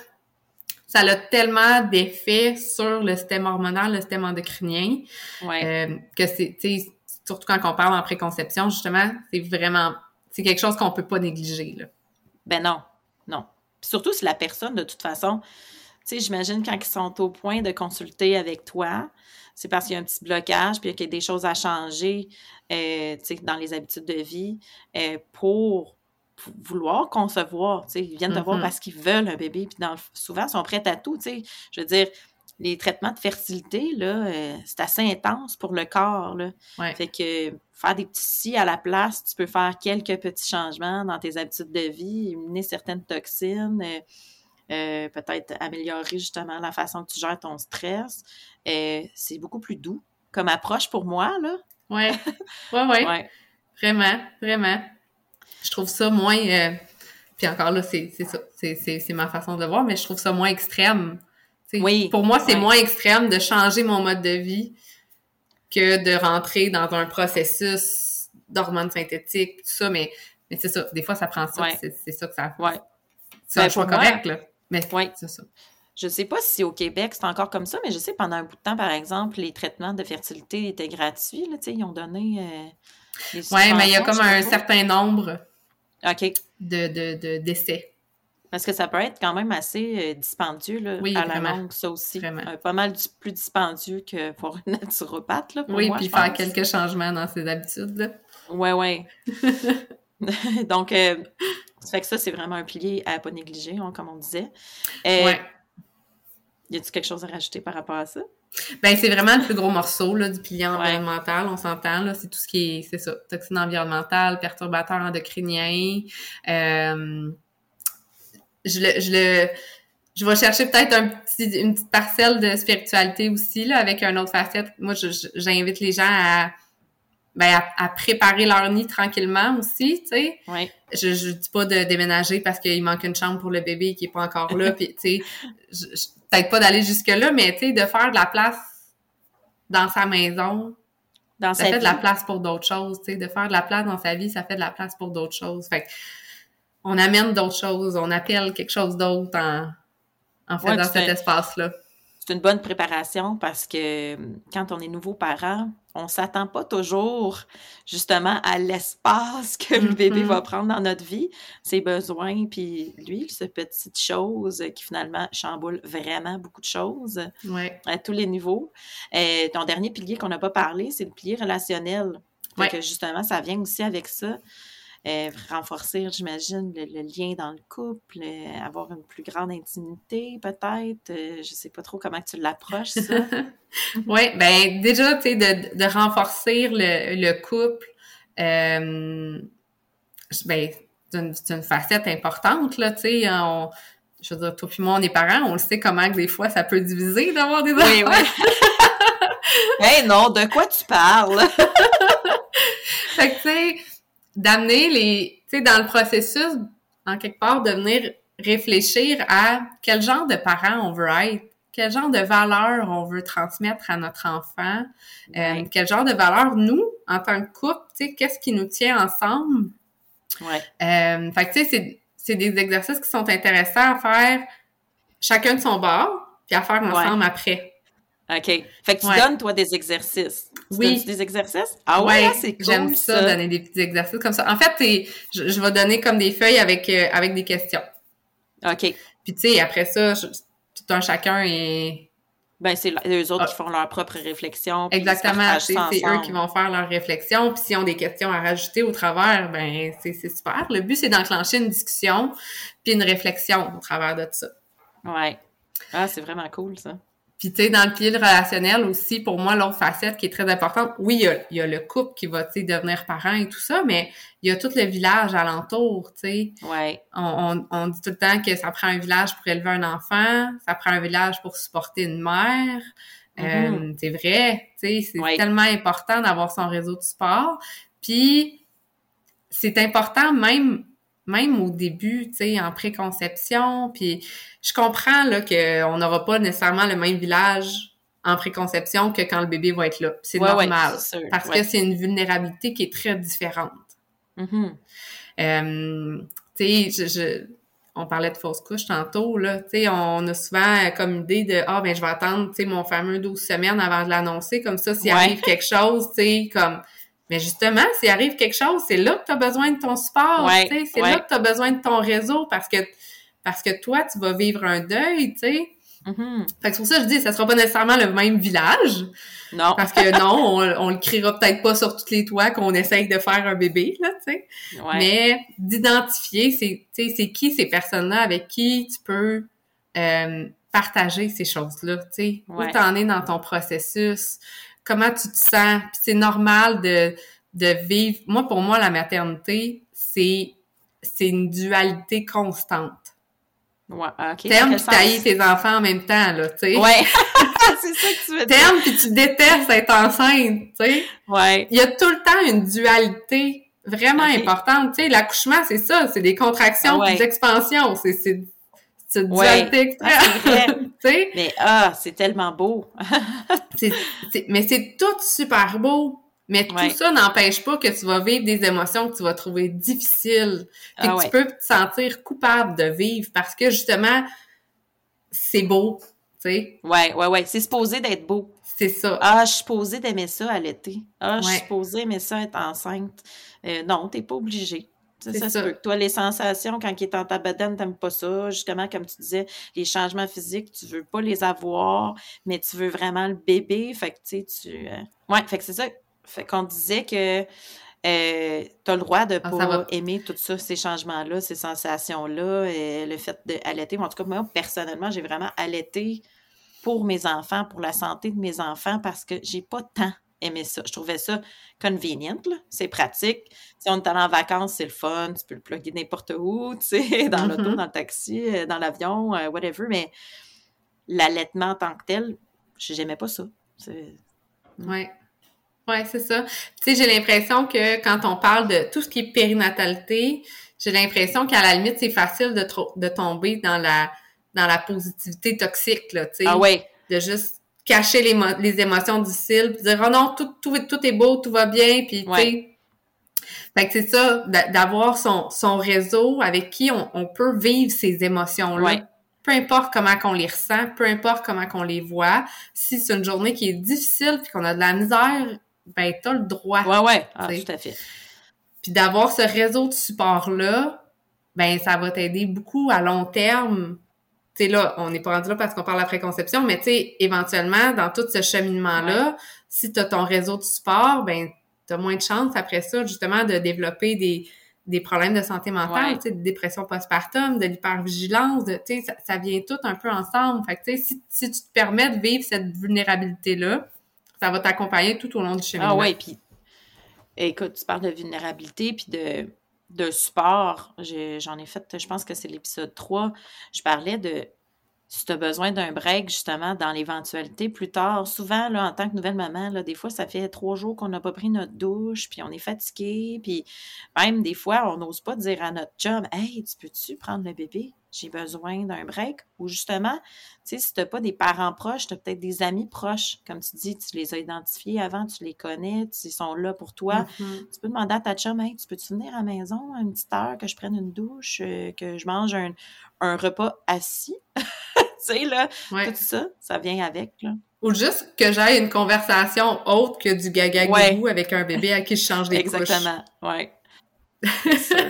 S3: Ça a tellement d'effets sur le système hormonal, le système endocrinien,
S2: ouais.
S3: euh, que c'est, tu sais, surtout quand on parle en préconception, justement, c'est vraiment, c'est quelque chose qu'on peut pas négliger, là.
S2: Ben non, non. Puis surtout si la personne, de toute façon, tu sais, j'imagine quand ils sont au point de consulter avec toi, c'est parce qu'il y a un petit blocage, puis qu'il y a des choses à changer, euh, tu sais, dans les habitudes de vie, euh, pour vouloir concevoir, tu sais, ils viennent te mm-hmm. voir parce qu'ils veulent un bébé, puis dans, souvent, ils sont prêts à tout, tu sais, je veux dire, les traitements de fertilité, là, euh, c'est assez intense pour le corps, là,
S3: ouais.
S2: Fait que faire des petits si à la place, tu peux faire quelques petits changements dans tes habitudes de vie, éliminer certaines toxines, euh, euh, peut-être améliorer justement la façon que tu gères ton stress, euh, c'est beaucoup plus doux comme approche pour moi, là.
S3: Ouais, ouais, ouais,
S2: ouais.
S3: Vraiment, vraiment. Je trouve ça moins... Euh, puis encore là, c'est, c'est ça. C'est, c'est, c'est ma façon de le voir, mais je trouve ça moins extrême. Oui, pour moi, c'est
S2: oui.
S3: moins extrême de changer mon mode de vie que de rentrer dans un processus d'hormones synthétiques, tout ça, mais, mais c'est ça. Des fois, ça prend ça,
S2: ouais.
S3: c'est, c'est ça que ça...
S2: Ouais.
S3: C'est ben, un choix correct, moi, là. Mais
S2: ouais.
S3: c'est ça.
S2: Je sais pas si au Québec, c'est encore comme ça, mais je sais pendant un bout de temps, par exemple, les traitements de fertilité étaient gratuits, là, tu sais, ils ont donné euh, les
S3: oui, mais il y a comme un certain nombre
S2: okay.
S3: de, de, de décès.
S2: Parce que ça peut être quand même assez euh, dispendieux là,
S3: oui,
S2: à
S3: vraiment.
S2: la longue, ça aussi.
S3: Euh,
S2: pas mal du, plus dispendieux que pour une naturopathe, là, pour
S3: oui,
S2: moi,
S3: puis faire pense. quelques changements dans ses habitudes, là.
S2: Oui, oui. Donc, euh, ça fait que ça, c'est vraiment un pilier à ne pas négliger, hein, comme on disait. Euh,
S3: oui.
S2: Y a-t-il quelque chose à rajouter par rapport à ça?
S3: Ben c'est vraiment le plus gros morceau là, du pilier environnemental, ouais. On s'entend, là, c'est tout ce qui est, c'est ça, toxines environnementales, perturbateurs endocriniens, euh, Je le, je le, je vais chercher peut-être un petit, une petite parcelle de spiritualité aussi, là, avec une autre facette. Moi, je, je, j'invite les gens à, ben, à, à préparer leur nid tranquillement aussi, tu sais.
S2: Oui.
S3: Je, je dis pas de déménager parce qu'il manque une chambre pour le bébé qui est pas encore là, puis, tu sais, je, je, peut-être pas d'aller jusque-là, mais, tu sais, de faire de la place dans sa maison.
S2: Dans
S3: ça
S2: sa
S3: fait
S2: vie.
S3: de la place pour d'autres choses, tu sais. De faire de la place dans sa vie, ça fait de la place pour d'autres choses. Fait que, on amène d'autres choses, on appelle quelque chose d'autre en, en fait, ouais, dans cet un, espace-là.
S2: C'est une bonne préparation parce que quand on est nouveau parent, on s'attend pas toujours justement à l'espace que mm-hmm. le bébé va prendre dans notre vie, ses besoins, puis lui, cette petite chose qui finalement chamboule vraiment beaucoup de choses
S3: ouais.
S2: à tous les niveaux. Et ton dernier pilier qu'on n'a pas parlé, c'est le pilier relationnel. Fait
S3: ouais.
S2: que justement, ça vient aussi avec ça. Euh, renforcer, j'imagine, le, le lien dans le couple, euh, avoir une plus grande intimité, peut-être. Euh, je sais pas trop comment tu l'approches, ça.
S3: Oui, ben déjà, tu sais, de, de renforcer le, le couple, euh, ben, c'est une, c'est une facette importante, là, tu sais. On, je veux dire, toi puis moi, on est parents, on le sait comment que des fois, ça peut diviser d'avoir des enfants.
S2: Oui, oui. Hey, non, de quoi tu parles?
S3: Fait que, tu sais, d'amener les, tu sais, dans le processus, en quelque part, de venir réfléchir à quel genre de parent on veut être, quel genre de valeurs on veut transmettre à notre enfant, ouais. euh, quel genre de valeurs, nous, en tant que couple, tu sais, qu'est-ce qui nous tient ensemble.
S2: Ouais.
S3: Euh, fait que, tu sais, c'est, c'est des exercices qui sont intéressants à faire chacun de son bord, puis à faire ensemble ouais. après.
S2: OK. Fait que tu ouais. donnes, toi, des exercices. Tu
S3: oui.
S2: donnes des exercices? Ah ouais,
S3: ouais,
S2: c'est cool,
S3: j'aime ça, ça, donner des petits exercices comme ça. En fait, c'est, je, je vais donner comme des feuilles avec, euh, avec des questions.
S2: OK.
S3: Puis, tu sais, après ça, je, tout un chacun est...
S2: Ben, c'est eux autres ah. qui font leur propre réflexion.
S3: Exactement, c'est, c'est eux qui vont faire leur réflexion. Puis, s'ils ont des questions à rajouter au travers, ben c'est, c'est super. Le but, c'est d'enclencher une discussion puis une réflexion au travers de tout ça.
S2: Ouais. Ah, c'est vraiment cool, ça.
S3: Puis, tu sais, dans le pilier relationnel aussi, pour moi, l'autre facette qui est très importante, oui, il y a, il y a le couple qui va, tu sais, devenir parent et tout ça, mais il y a tout le village alentour, tu sais.
S2: Ouais.
S3: On, on, on dit tout le temps que ça prend un village pour élever un enfant, ça prend un village pour supporter une mère. Mm-hmm. Euh, c'est vrai, tu sais, c'est ouais. tellement important d'avoir son réseau de support. Puis, c'est important même... même au début, tu sais, en préconception, puis je comprends, là, qu'on n'aura pas nécessairement le même village en préconception que quand le bébé va être là. C'est
S2: ouais,
S3: normal,
S2: ouais, c'est sûr,
S3: parce
S2: ouais.
S3: que c'est une vulnérabilité qui est très différente.
S2: Mm-hmm.
S3: Euh, tu sais, je, je, on parlait de fausse couche tantôt, là, tu sais, on a souvent comme idée de « Ah, ben je vais attendre, tu sais, mon fameux douze semaines avant de l'annoncer, comme ça, s'il ouais. arrive quelque chose, tu sais, comme... » Mais justement, s'il arrive quelque chose, c'est là que tu as besoin de ton support,
S2: ouais,
S3: tu sais, c'est
S2: ouais.
S3: là que tu as besoin de ton réseau parce que parce que toi, tu vas vivre un deuil, tu sais.
S2: Mm-hmm.
S3: Fait que c'est pour ça que je dis, ça sera pas nécessairement le même village.
S2: Non.
S3: Parce que non, on, on le criera peut-être pas sur tous les toits qu'on essaye de faire un bébé, là, tu sais.
S2: Ouais.
S3: Mais d'identifier, c'est, tu sais, c'est qui ces personnes-là avec qui tu peux euh, partager ces choses-là, tu sais.
S2: Ouais.
S3: Où t'en es dans ton processus, comment tu te sens. Puis c'est normal de, de vivre... Moi, pour moi, la maternité, c'est, c'est une dualité constante.
S2: Ouais, OK.
S3: T'aimes pis t'haïs tes enfants en même temps, là, tu sais.
S2: Ouais, c'est ça que tu veux dire.
S3: T'aimes pis tu détestes être enceinte, tu sais.
S2: Ouais.
S3: Il y a tout le temps une dualité vraiment okay. importante, tu sais. L'accouchement, c'est ça, c'est des contractions, ouais. des expansions, c'est, c'est, tu te dis
S2: Ouais.
S3: à exprès.
S2: Ah, c'est vrai.
S3: Tu sais?
S2: Mais ah, c'est tellement beau.
S3: C'est, c'est, mais c'est tout super beau. Mais tout
S2: Ouais.
S3: ça n'empêche pas que tu vas vivre des émotions que tu vas trouver difficiles. Puis
S2: Ah
S3: que
S2: ouais.
S3: tu peux te sentir coupable de vivre parce que justement, c'est beau, tu sais.
S2: Ouais, ouais, ouais. C'est supposé d'être beau.
S3: C'est ça.
S2: Ah, je suis supposée d'aimer ça à l'été. Ah, je suis
S3: Ouais.
S2: supposée aimer ça être enceinte. Euh, non, t'es pas obligé. Ça,
S3: C'est
S2: ça se
S3: ça.
S2: peut que toi, les sensations, quand il est dans ta bedaine, t'aimes pas ça. Justement, comme tu disais, les changements physiques, tu veux pas les avoir, mais tu veux vraiment le bébé. Fait que, tu sais, tu... euh, Ouais, fait que c'est ça. Fait qu'on disait que euh, t'as le droit de
S3: Ah,
S2: pas
S3: ça va.
S2: aimer tout ça, ces changements-là, ces sensations-là, et le fait d'allaiter. En tout cas, moi, personnellement, j'ai vraiment allaité pour mes enfants, pour la santé de mes enfants, parce que j'ai pas tant aimé ça. Je trouvais ça convenient, là. C'est pratique. Si on est allé en vacances, c'est le fun. Tu peux le plugger n'importe où, tu sais, dans l'auto,
S3: Mhm.
S2: dans le taxi, euh, dans l'avion, euh, whatever. Mais l'allaitement en tant que tel, j'aimais pas ça. C'est...
S3: Ouais. Ouais, c'est ça. Tu sais, j'ai l'impression que quand on parle de tout ce qui est périnatalité, j'ai l'impression qu'à la limite, c'est facile de, tro- de tomber dans la dans la positivité toxique, là, tu sais.
S2: Ah ouais.
S3: De juste cacher les, mo- les émotions difficiles, puis dire « Oh non, tout, tout, tout est beau, tout va bien », puis tu
S2: Ouais.
S3: sais... Fait que c'est ça, d'a- d'avoir son, son réseau avec qui on, on peut vivre ces émotions-là.
S2: Ouais.
S3: Peu importe comment qu'on les ressent, peu importe comment qu'on les voit. Si c'est une journée qui est difficile puis qu'on a de la misère, ben t'as le droit.
S2: Ouais, ouais. Ah,
S3: t'sais.
S2: tout à fait.
S3: Puis d'avoir ce réseau de support-là, ben ça va t'aider beaucoup à long terme. Tu sais, là, on n'est pas rendu là parce qu'on parle après conception, mais tu sais, éventuellement, dans tout ce cheminement-là,
S2: Ouais.
S3: si t'as ton réseau de support, ben t'as moins de chances après ça, justement, de développer des, des problèmes de santé mentale,
S2: Ouais.
S3: tu sais, de dépression postpartum, de l'hypervigilance, de, tu sais, ça, ça vient tout un peu ensemble. Fait que, tu sais, si, si tu te permets de vivre cette vulnérabilité-là, ça va t'accompagner tout au long du cheminement.
S2: Ah ouais, puis écoute, tu parles de vulnérabilité puis de, de support. J'ai- J'en ai fait, je pense que c'est l'épisode trois. Je parlais de si tu as besoin d'un break, justement, dans l'éventualité plus tard. Souvent, là, en tant que nouvelle maman, là, des fois, ça fait trois jours qu'on n'a pas pris notre douche, puis on est fatigué, puis même des fois, on n'ose pas dire à notre chum « Hey, tu peux-tu prendre le bébé? J'ai besoin d'un break. » Ou justement, tu sais, si tu n'as pas des parents proches, tu as peut-être des amis proches. Comme tu dis, tu les as identifiés avant, tu les connais, ils sont là pour toi.
S3: Mm-hmm.
S2: Tu peux demander à ta chum « Hey, tu peux-tu venir à la maison à une petite heure, que je prenne une douche, euh, que je mange un, un repas assis? » Tu sais, là,
S3: Ouais.
S2: tout ça, ça vient avec, là.
S3: Ou juste que j'aille une conversation autre que du gaga
S2: Ouais.
S3: gougou avec un bébé à qui je change des couches.
S2: Exactement, ouais. C'est sûr.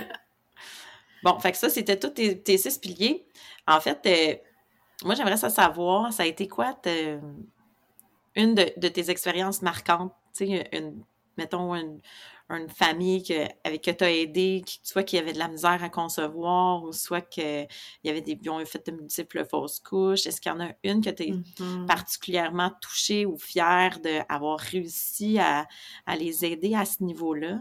S2: Bon, fait que ça, c'était tous tes, tes six piliers. En fait, euh, moi, j'aimerais ça savoir, ça a été quoi te- une de, de tes expériences marquantes? Tu sais, une, mettons, une, une famille que, avec que tu as aidé, qui, soit qui avait de la misère à concevoir, ou soit qu'il y avait des, ils ont fait de multiples fausses couches. Est-ce qu'il y en a une que tu es
S3: Mm-hmm.
S2: particulièrement touchée ou fière d'avoir réussi à, à les aider à ce niveau-là?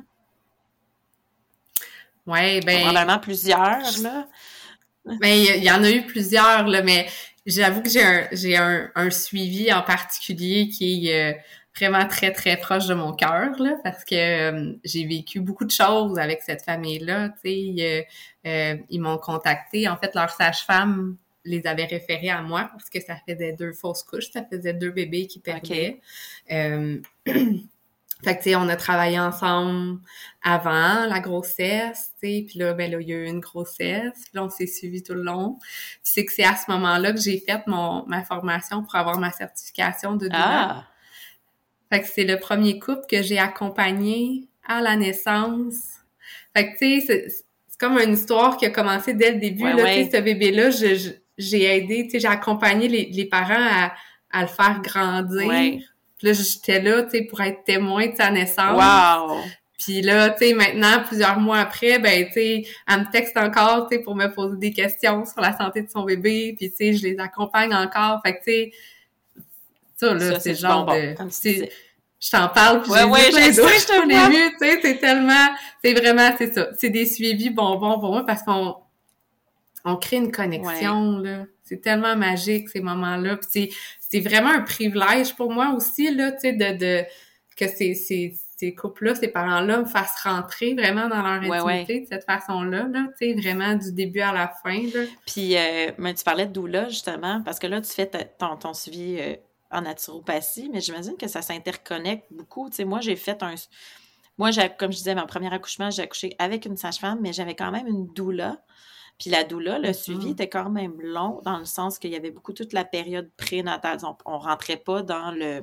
S3: Ouais, ben...
S2: Probablement plusieurs, là.
S3: Ben, il y, y en a eu plusieurs, là, mais j'avoue que j'ai un, j'ai un, un suivi en particulier qui est euh, vraiment très, très proche de mon cœur, là, parce que euh, j'ai vécu beaucoup de choses avec cette famille-là, tu sais. Euh, euh, ils m'ont contacté. En fait, leur sage-femme les avait référés à moi parce que ça faisait deux fausses couches, ça faisait deux bébés qui perdaient.
S2: Okay.
S3: Euh, Fait que, tu sais, on a travaillé ensemble avant la grossesse, tu sais, puis là, ben là, il y a eu une grossesse, puis là, on s'est suivis tout le long. Puis c'est que c'est à ce moment-là que j'ai fait mon ma formation pour avoir ma certification de doula.
S2: Ah!
S3: Fait que c'est le premier couple que j'ai accompagné à la naissance. Fait que, tu sais, c'est, c'est comme une histoire qui a commencé dès le début,
S2: Ouais,
S3: là,
S2: ouais.
S3: tu sais, ce bébé-là, je, je, j'ai aidé, tu sais, j'ai accompagné les, les parents à, à le faire grandir.
S2: Ouais.
S3: Puis là, j'étais là, tu sais, pour être témoin de sa naissance.
S2: Wow!
S3: Puis là, tu sais, maintenant, plusieurs mois après, ben, tu sais, elle me texte encore, tu sais, pour me poser des questions sur la santé de son bébé. Puis, tu sais, je les accompagne encore. Fait que, tu sais, ça, là,
S2: Ça,
S3: c'est
S2: c'est
S3: le genre
S2: bonbon,
S3: de...
S2: comme tu
S3: tu sais,
S2: disais.
S3: je t'en parle, puis
S2: Ouais,
S3: j'ai
S2: ouais,
S3: vu plein
S2: je sais,
S3: d'autres,
S2: je te
S3: je l'ai
S2: vois.
S3: vu, tu sais, c'est tellement... C'est vraiment, c'est ça. C'est des suivis bonbons pour moi parce qu'on on crée une connexion, ouais. Là. C'est tellement magique, ces moments-là. Puis c'est, c'est vraiment un privilège pour moi aussi, là, tu sais, de, de, que c'est, c'est, ces couples-là, ces parents-là me fassent rentrer vraiment dans leur
S2: Ouais,
S3: intimité
S2: ouais.
S3: de cette façon-là, là, tu sais, vraiment du début à la fin, là.
S2: Puis, euh, mais tu parlais de doula, justement, parce que là, tu fais ta- ton, ton suivi euh, en naturopathie, mais j'imagine que ça s'interconnecte beaucoup. Tu sais, moi, j'ai fait un... Moi, j'ai, comme je disais, mon premier accouchement, j'ai accouché avec une sage-femme, mais j'avais quand même une doula. Puis la doula, le suivi
S3: Mhm.
S2: était quand même long, dans le sens qu'il y avait beaucoup toute la période prénatale. On, on rentrait pas dans le...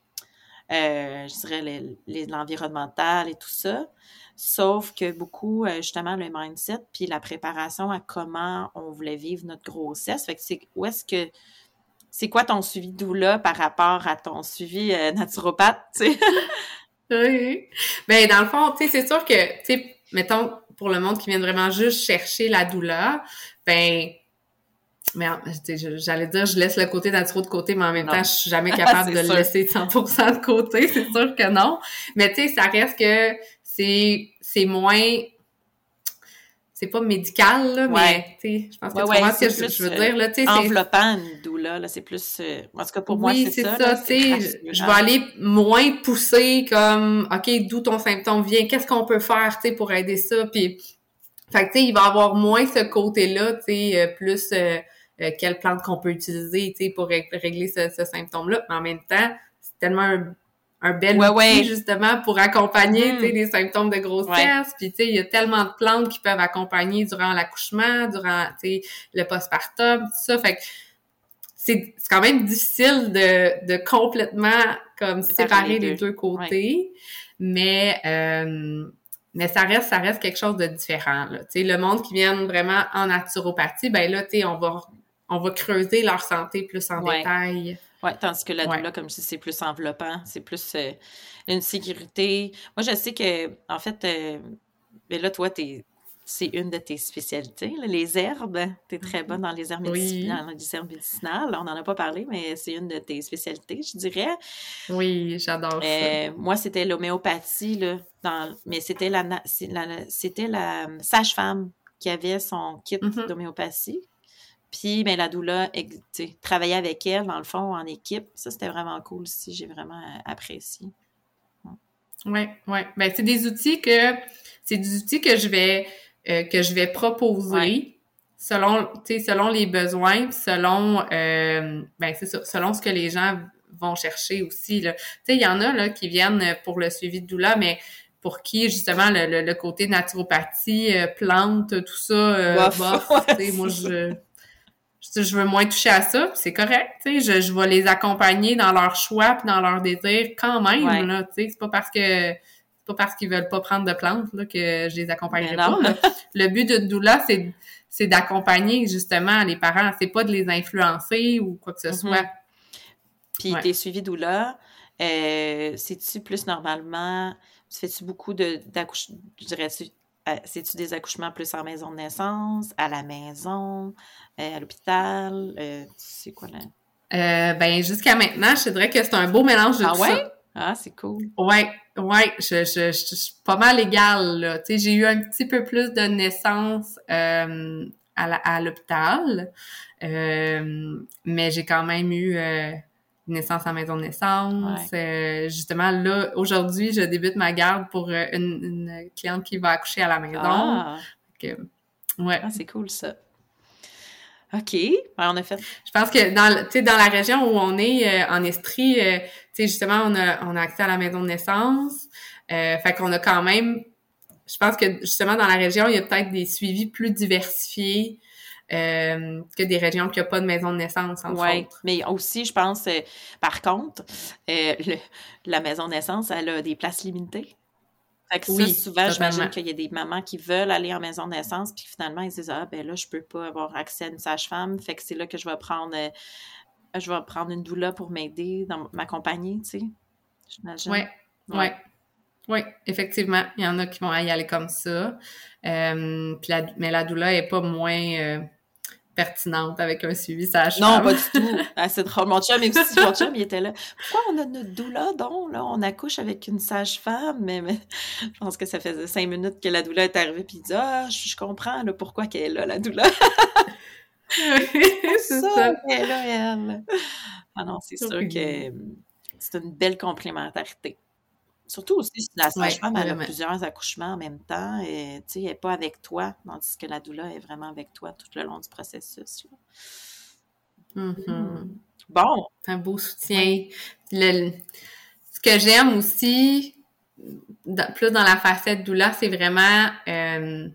S2: Euh, je dirais les- les- l'environnemental et tout ça. Sauf que beaucoup, euh, justement, le mindset, puis la préparation à comment on voulait vivre notre grossesse. Fait que c'est où est-ce que c'est quoi ton suivi doula par rapport à ton suivi euh, naturopathe, tu sais?
S3: Oui. Ben, dans le fond, tu sais, c'est sûr que, tu sais, mettons, pour le monde qui vient vraiment juste chercher la douleur, ben, mais en- tu sais, je- j'allais dire, je laisse le côté naturo de côté, mais en même
S2: Non.
S3: temps, je suis jamais capable de
S2: C'est
S3: le
S2: sûr.
S3: laisser cent pour cent de côté, c'est sûr que non. Mais tu sais, ça reste que c'est, c'est moins, c'est pas médical, là,
S2: Ouais.
S3: mais tu sais, je pense que
S2: Ouais,
S3: tu
S2: ouais,
S3: comprends ce que
S2: c'est
S3: je,
S2: plus
S3: je veux
S2: euh,
S3: dire, là, tu sais, c'est...
S2: enveloppant une doula, là, c'est plus... euh, en tout cas, pour moi,
S3: Oui,
S2: c'est
S3: c'est
S2: ça,
S3: ça,
S2: là,
S3: tu
S2: c'est
S3: sais, je vais
S2: rassurant.
S3: aller moins pousser comme, OK, d'où ton symptôme vient, qu'est-ce qu'on peut faire, tu sais, pour aider ça, puis, fait que, tu sais, il va y avoir moins ce côté-là, tu sais, euh, plus euh, euh, quelle plante qu'on peut utiliser, tu sais, pour ré- régler ce, ce symptôme-là, mais en même temps, c'est tellement un, un bel
S2: Ouais,
S3: outil,
S2: ouais.
S3: justement, pour accompagner,
S2: Mhm.
S3: tu sais, les symptômes de grossesse,
S2: Ouais.
S3: puis, tu sais, il y a tellement de plantes qui peuvent accompagner durant l'accouchement, durant, tu sais, le postpartum, tout ça, fait que c'est c'est quand même difficile de, de complètement comme
S2: Séparer
S3: séparer
S2: les
S3: les
S2: deux.
S3: deux côtés, mais euh, mais ça reste ça reste quelque chose de différent là. Tu sais, le monde qui vient vraiment en naturopathie, ben là, tu sais, on va on va creuser leur santé plus en
S2: Ouais.
S3: détail.
S2: Ouais, tandis que la
S3: Ouais.
S2: doula, comme je dis, c'est plus enveloppant, c'est plus euh, une sécurité. Moi, je sais que, en fait, euh, mais là, toi, t'es, c'est une de tes spécialités, là, les herbes. T'es très bonne dans les herbes
S3: Oui.
S2: médicinales, dans les herbes médicinales. On n'en a pas parlé, mais c'est une de tes spécialités, je dirais.
S3: Oui, j'adore ça.
S2: Euh, moi, c'était l'homéopathie, là, dans, mais c'était la, na- c'est la- c'était la sage-femme qui avait son kit
S3: Mhm.
S2: d'homéopathie. Puis, ben, la doula, ex- tu sais, travailler avec elle, dans le fond, en équipe, ça, c'était vraiment cool aussi. J'ai vraiment euh, apprécié.
S3: Ouais, ouais. Ben c'est des outils que c'est des outils que je vais euh, que je vais proposer
S2: Ouais.
S3: selon tu sais selon les besoins, puis selon euh, ben c'est ça, selon ce que les gens vont chercher aussi là. Tu sais, il y en a là qui viennent pour le suivi de doula, mais pour qui justement le, le, le côté naturopathie, euh, plantes, tout ça, euh,
S2: Bof.
S3: bof,
S2: Ouais,
S3: tu sais, moi
S2: c'est ça.
S3: je je je veux moins toucher à ça, puis c'est correct, tu sais, je, je vais les accompagner dans leur choix puis dans leur désir quand même,
S2: Ouais.
S3: là, tu sais, c'est pas parce que c'est pas parce qu'ils veulent pas prendre de plantes là que je les accompagnerai
S2: Mais non.
S3: pas, là. Le but d'une doula, c'est c'est d'accompagner justement les parents, c'est pas de les influencer ou quoi que ce
S2: Mhm.
S3: soit.
S2: Puis
S3: Ouais.
S2: tes suivis doula, euh, c'est-tu plus normalement, tu fais-tu beaucoup de d'accouchements, je dirais-tu, euh, c'est-tu des accouchements plus en maison de naissance, à la maison, euh, à l'hôpital, euh, c'est quoi là?
S3: Euh, ben jusqu'à maintenant, je te dirais que c'est un beau mélange de
S2: Ah
S3: tout
S2: ouais?
S3: ça.
S2: Ah, c'est cool.
S3: Ouais, ouais, je, je, je, je suis pas mal égale, là. Tu sais, j'ai eu un petit peu plus de naissances euh, à, la, à l'hôpital, euh, mais j'ai quand même eu euh, une naissance en maison de naissance.
S2: Ouais.
S3: Euh, justement, là, aujourd'hui, je débute ma garde pour euh, une, une cliente qui va accoucher à la maison.
S2: Ah,
S3: Fait que, ouais.
S2: ah c'est cool ça. OK. Ouais, on a fait.
S3: Je pense que dans, le- tu sais, dans la région où on est, euh, en Estrie, euh, tu sais, justement, on a, on a accès à la maison de naissance. Euh, fait qu'on a quand même, je pense que justement, dans la région, il y a peut-être des suivis plus diversifiés euh, que des régions qui n'ont pas de maison de naissance, entre
S2: Oui,
S3: autres.
S2: mais aussi, je pense, euh, par contre, euh, le- la maison de naissance, elle a des places limitées. Fait que ça,
S3: Oui,
S2: souvent, j'imagine
S3: totalement.
S2: qu'il y a des mamans qui veulent aller en maison de naissance, puis finalement, ils se disent, ah, ben là, je peux pas avoir accès à une sage-femme, fait que c'est là que je vais prendre, euh, je vais prendre une doula pour m'aider, dans m'accompagner, tu sais, j'imagine.
S3: Ouais, ouais. Oui, effectivement, il y en a qui vont y aller comme ça. Euh, puis la, mais la doula est pas moins euh, pertinente avec un suivi sage-femme.
S2: Non, pas du tout. Ah, c'est drôle. Mon chum, aussi, mon chum, il était là. Pourquoi on a notre doula, donc? Là, on accouche avec une sage-femme, mais, mais je pense que ça faisait cinq minutes que la doula est arrivée, puis il dit, ah, je, je comprends là, pourquoi qu'elle est là, la doula.
S3: c'est
S2: ça,
S3: ça.
S2: qu'elle est là, elle. Ah non, c'est sûr
S3: Oui.
S2: que c'est une belle complémentarité.
S1: Surtout aussi si la
S3: Ouais,
S1: sage-femme, elle a
S3: vraiment.
S1: plusieurs accouchements en même temps et, tu sais, elle n'est pas avec toi, tandis que la doula est vraiment avec toi tout le long du processus, là.
S3: Mhm.
S1: Bon,
S3: Un beau soutien.
S1: oui,
S3: Le, ce que j'aime aussi, dans- plus dans la facette doula, c'est vraiment euh,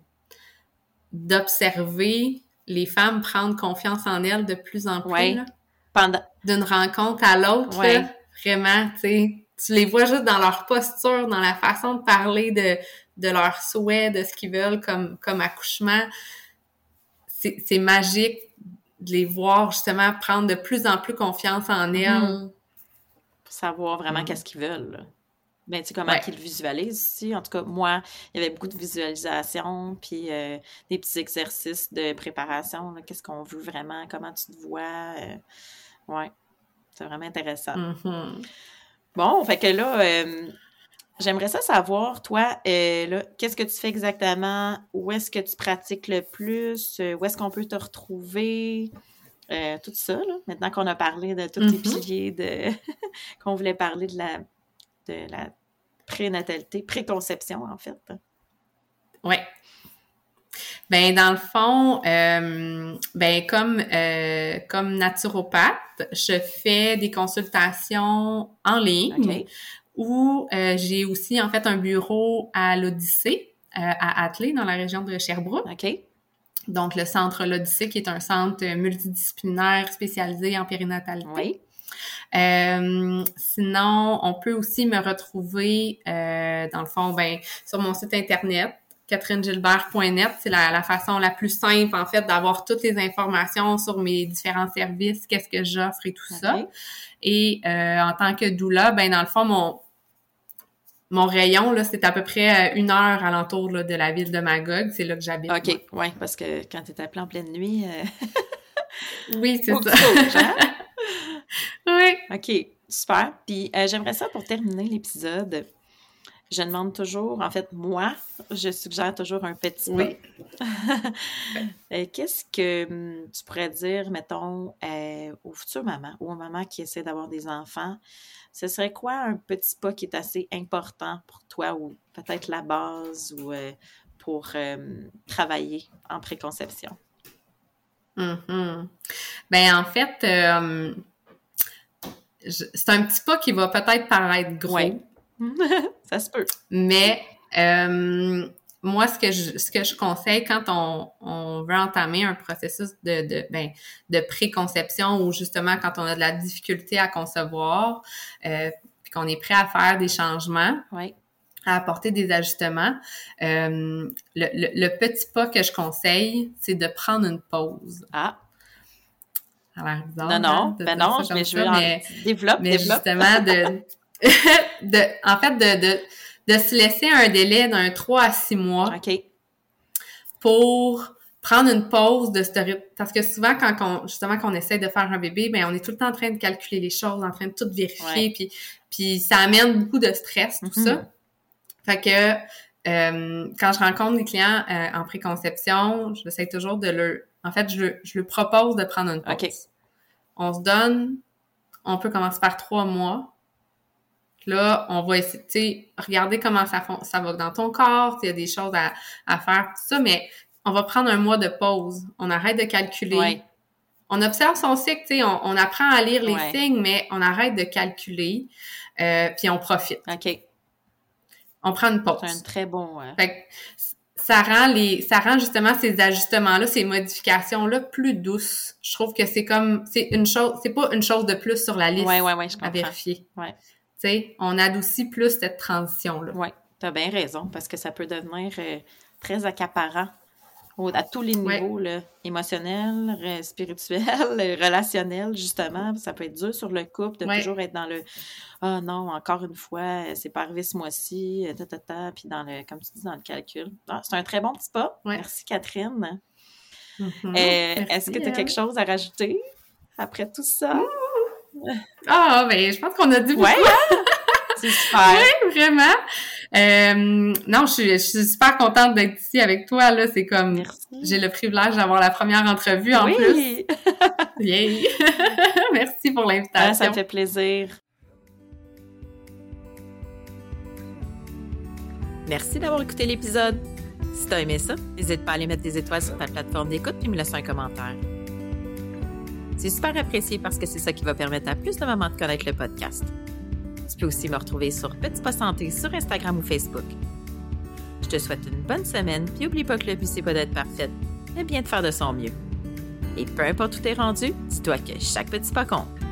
S3: d'observer les femmes prendre confiance en elles de plus en plus, là.
S1: oui. Pendant,
S3: D'une rencontre à l'autre, là,
S1: oui,
S3: vraiment, tu sais, tu les vois juste dans leur posture, dans la façon de parler de, de leurs souhaits, de ce qu'ils veulent comme, comme accouchement. C'est, c'est magique de les voir justement prendre de plus en plus confiance en elles.
S1: pour savoir vraiment
S3: Mm.
S1: qu'est-ce qu'ils veulent, là. Ben, tu sais, comment
S3: Ouais.
S1: qu'ils le visualisent aussi. En tout cas, moi, il y avait beaucoup de visualisation, puis euh, des petits exercices de préparation, là. Qu'est-ce qu'on veut vraiment, comment tu te vois. Euh, ouais, c'est vraiment intéressant.
S3: Mhm.
S1: Bon, fait que là, euh, j'aimerais ça savoir, toi, euh, là, qu'est-ce que tu fais exactement? Où est-ce que tu pratiques le plus? Euh, Où est-ce qu'on peut te retrouver? Euh, tout ça, là. Maintenant qu'on a parlé de tous les
S3: Mhm.
S1: piliers de qu'on voulait parler de la de la prénatalité, préconception, en fait.
S3: Ouais. Ben dans le fond, euh, ben comme euh, comme naturopathe, je fais des consultations en ligne
S1: OK.
S3: où euh, j'ai aussi en fait un bureau à l'Odyssée euh, à Attelé dans la région de Sherbrooke.
S1: OK.
S3: Donc le centre l'Odyssée qui est un centre multidisciplinaire spécialisé en périnatalité.
S1: Oui.
S3: Euh, sinon, on peut aussi me retrouver euh, dans le fond, ben sur mon site internet catherine gilbert point net. C'est la, la façon la plus simple, en fait, d'avoir toutes les informations sur mes différents services, qu'est-ce que j'offre et tout ça.
S1: OK.
S3: Et euh, en tant que doula, ben dans le fond, mon mon rayon, là, c'est à peu près une heure alentour là, de la ville de Magog. C'est là que j'habite.
S1: OK. Oui, parce que quand tu es appelé en pleine nuit, euh...
S3: Oui, c'est
S1: faut que
S3: ça.
S1: tu bouges, hein?
S3: Oui.
S1: OK. Super. Puis euh, j'aimerais ça pour terminer l'épisode. Je demande toujours, en fait, moi, je suggère toujours un petit pas.
S3: Oui.
S1: Euh, Qu'est-ce que hum, tu pourrais dire, mettons, euh, aux futures mamans ou aux mamans qui essaient d'avoir des enfants? Ce serait quoi un petit pas qui est assez important pour toi ou peut-être la base ou euh, pour euh, travailler en préconception?
S3: Mhm. Ben en fait, euh, je- c'est un petit pas qui va peut-être paraître gros,
S1: Oui. Ça se peut.
S3: mais euh, moi, ce que je ce que je conseille quand on, on veut entamer un processus de de ben de préconception ou justement quand on a de la difficulté à concevoir, euh, puis qu'on est prêt à faire des changements,
S1: Oui.
S3: à apporter des ajustements, euh, le, le, le petit pas que je conseille, c'est de prendre une pause.
S1: Ah,
S3: Ça a l'air bizarre,
S1: non, non,
S3: hein, de
S1: ben
S3: dire
S1: non,
S3: ça
S1: mais
S3: comme
S1: je
S3: ça,
S1: veux en...
S3: mais,
S1: Développe,
S3: mais
S1: développe.
S3: justement de, de, en fait, de, de, de se laisser un délai d'un trois à six mois
S1: OK.
S3: pour prendre une pause de ce rythme. Parce que souvent, quand on, justement, qu'on essaie de faire un bébé, ben, on est tout le temps en train de calculer les choses, en train de tout vérifier,
S1: Ouais.
S3: puis, puis ça amène beaucoup de stress, tout
S1: Mhm.
S3: ça. Fait que, euh, quand je rencontre des clients euh, en préconception, j'essaie toujours de leur... En fait, je, je leur propose de prendre une pause.
S1: OK.
S3: On se donne... On peut commencer par trois mois. Là, on va essayer, tu sais, regarder comment ça, fon- ça va dans ton corps, s'il y a des choses à, à faire, tout ça, mais on va prendre un mois de pause. On arrête de calculer.
S1: Ouais.
S3: On observe son cycle, tu sais, on, on apprend à lire les
S1: Ouais.
S3: signes, mais on arrête de calculer, euh, puis on profite.
S1: OK.
S3: On prend une pause.
S1: C'est un très bon... euh,
S3: Fait que ça rend les, ça rend justement ces ajustements-là, ces modifications-là plus douces. Je trouve que c'est comme, c'est une chose, c'est pas une chose de plus sur la liste
S1: Ouais, ouais, ouais, je
S3: à
S1: comprends.
S3: vérifier.
S1: Ouais.
S3: Tu sais, on adoucit plus cette transition-là.
S1: Oui, tu as bien raison, parce que ça peut devenir euh, très accaparant au- à tous les
S3: Ouais.
S1: niveaux, là, émotionnel, re- spirituel, euh, relationnel, justement. Ça peut être dur sur le couple de
S3: Ouais.
S1: toujours être dans le « Ah non, encore une fois, euh, c'est pas arrivé ce mois-ci, euh, ta, ta, ta », puis dans le, comme tu dis, dans le calcul. Ah, c'est un très bon petit pas.
S3: Ouais.
S1: Merci, Catherine.
S3: Mhm.
S1: Euh,
S3: Merci,
S1: Est-ce que tu as
S3: Anne.
S1: quelque chose à rajouter après tout ça?
S3: Ah, ben, je pense qu'on a dit beaucoup.
S1: Ouais, hein? C'est super.
S3: Vraiment. Euh, non, je suis, je suis super contente d'être ici avec toi, là. C'est comme,
S1: Merci.
S3: j'ai le privilège d'avoir la première entrevue en plus.
S1: Oui!
S3: Yay! Merci pour
S1: Ah,
S3: l'invitation.
S1: ça me fait plaisir.
S2: Merci d'avoir écouté l'épisode. Si tu as aimé ça, n'hésite pas à aller mettre des étoiles sur ta plateforme d'écoute et me laisser un commentaire. C'est super apprécié parce que c'est ça qui va permettre à plus de mamans de connaître le podcast. Tu peux aussi me retrouver sur Petit Pas Santé sur Instagram ou Facebook. Je te souhaite une bonne semaine, puis n'oublie pas que le but, c'est pas d'être parfaite, mais bien de faire de son mieux. Et peu importe où t'es rendu, dis-toi que chaque petit pas compte.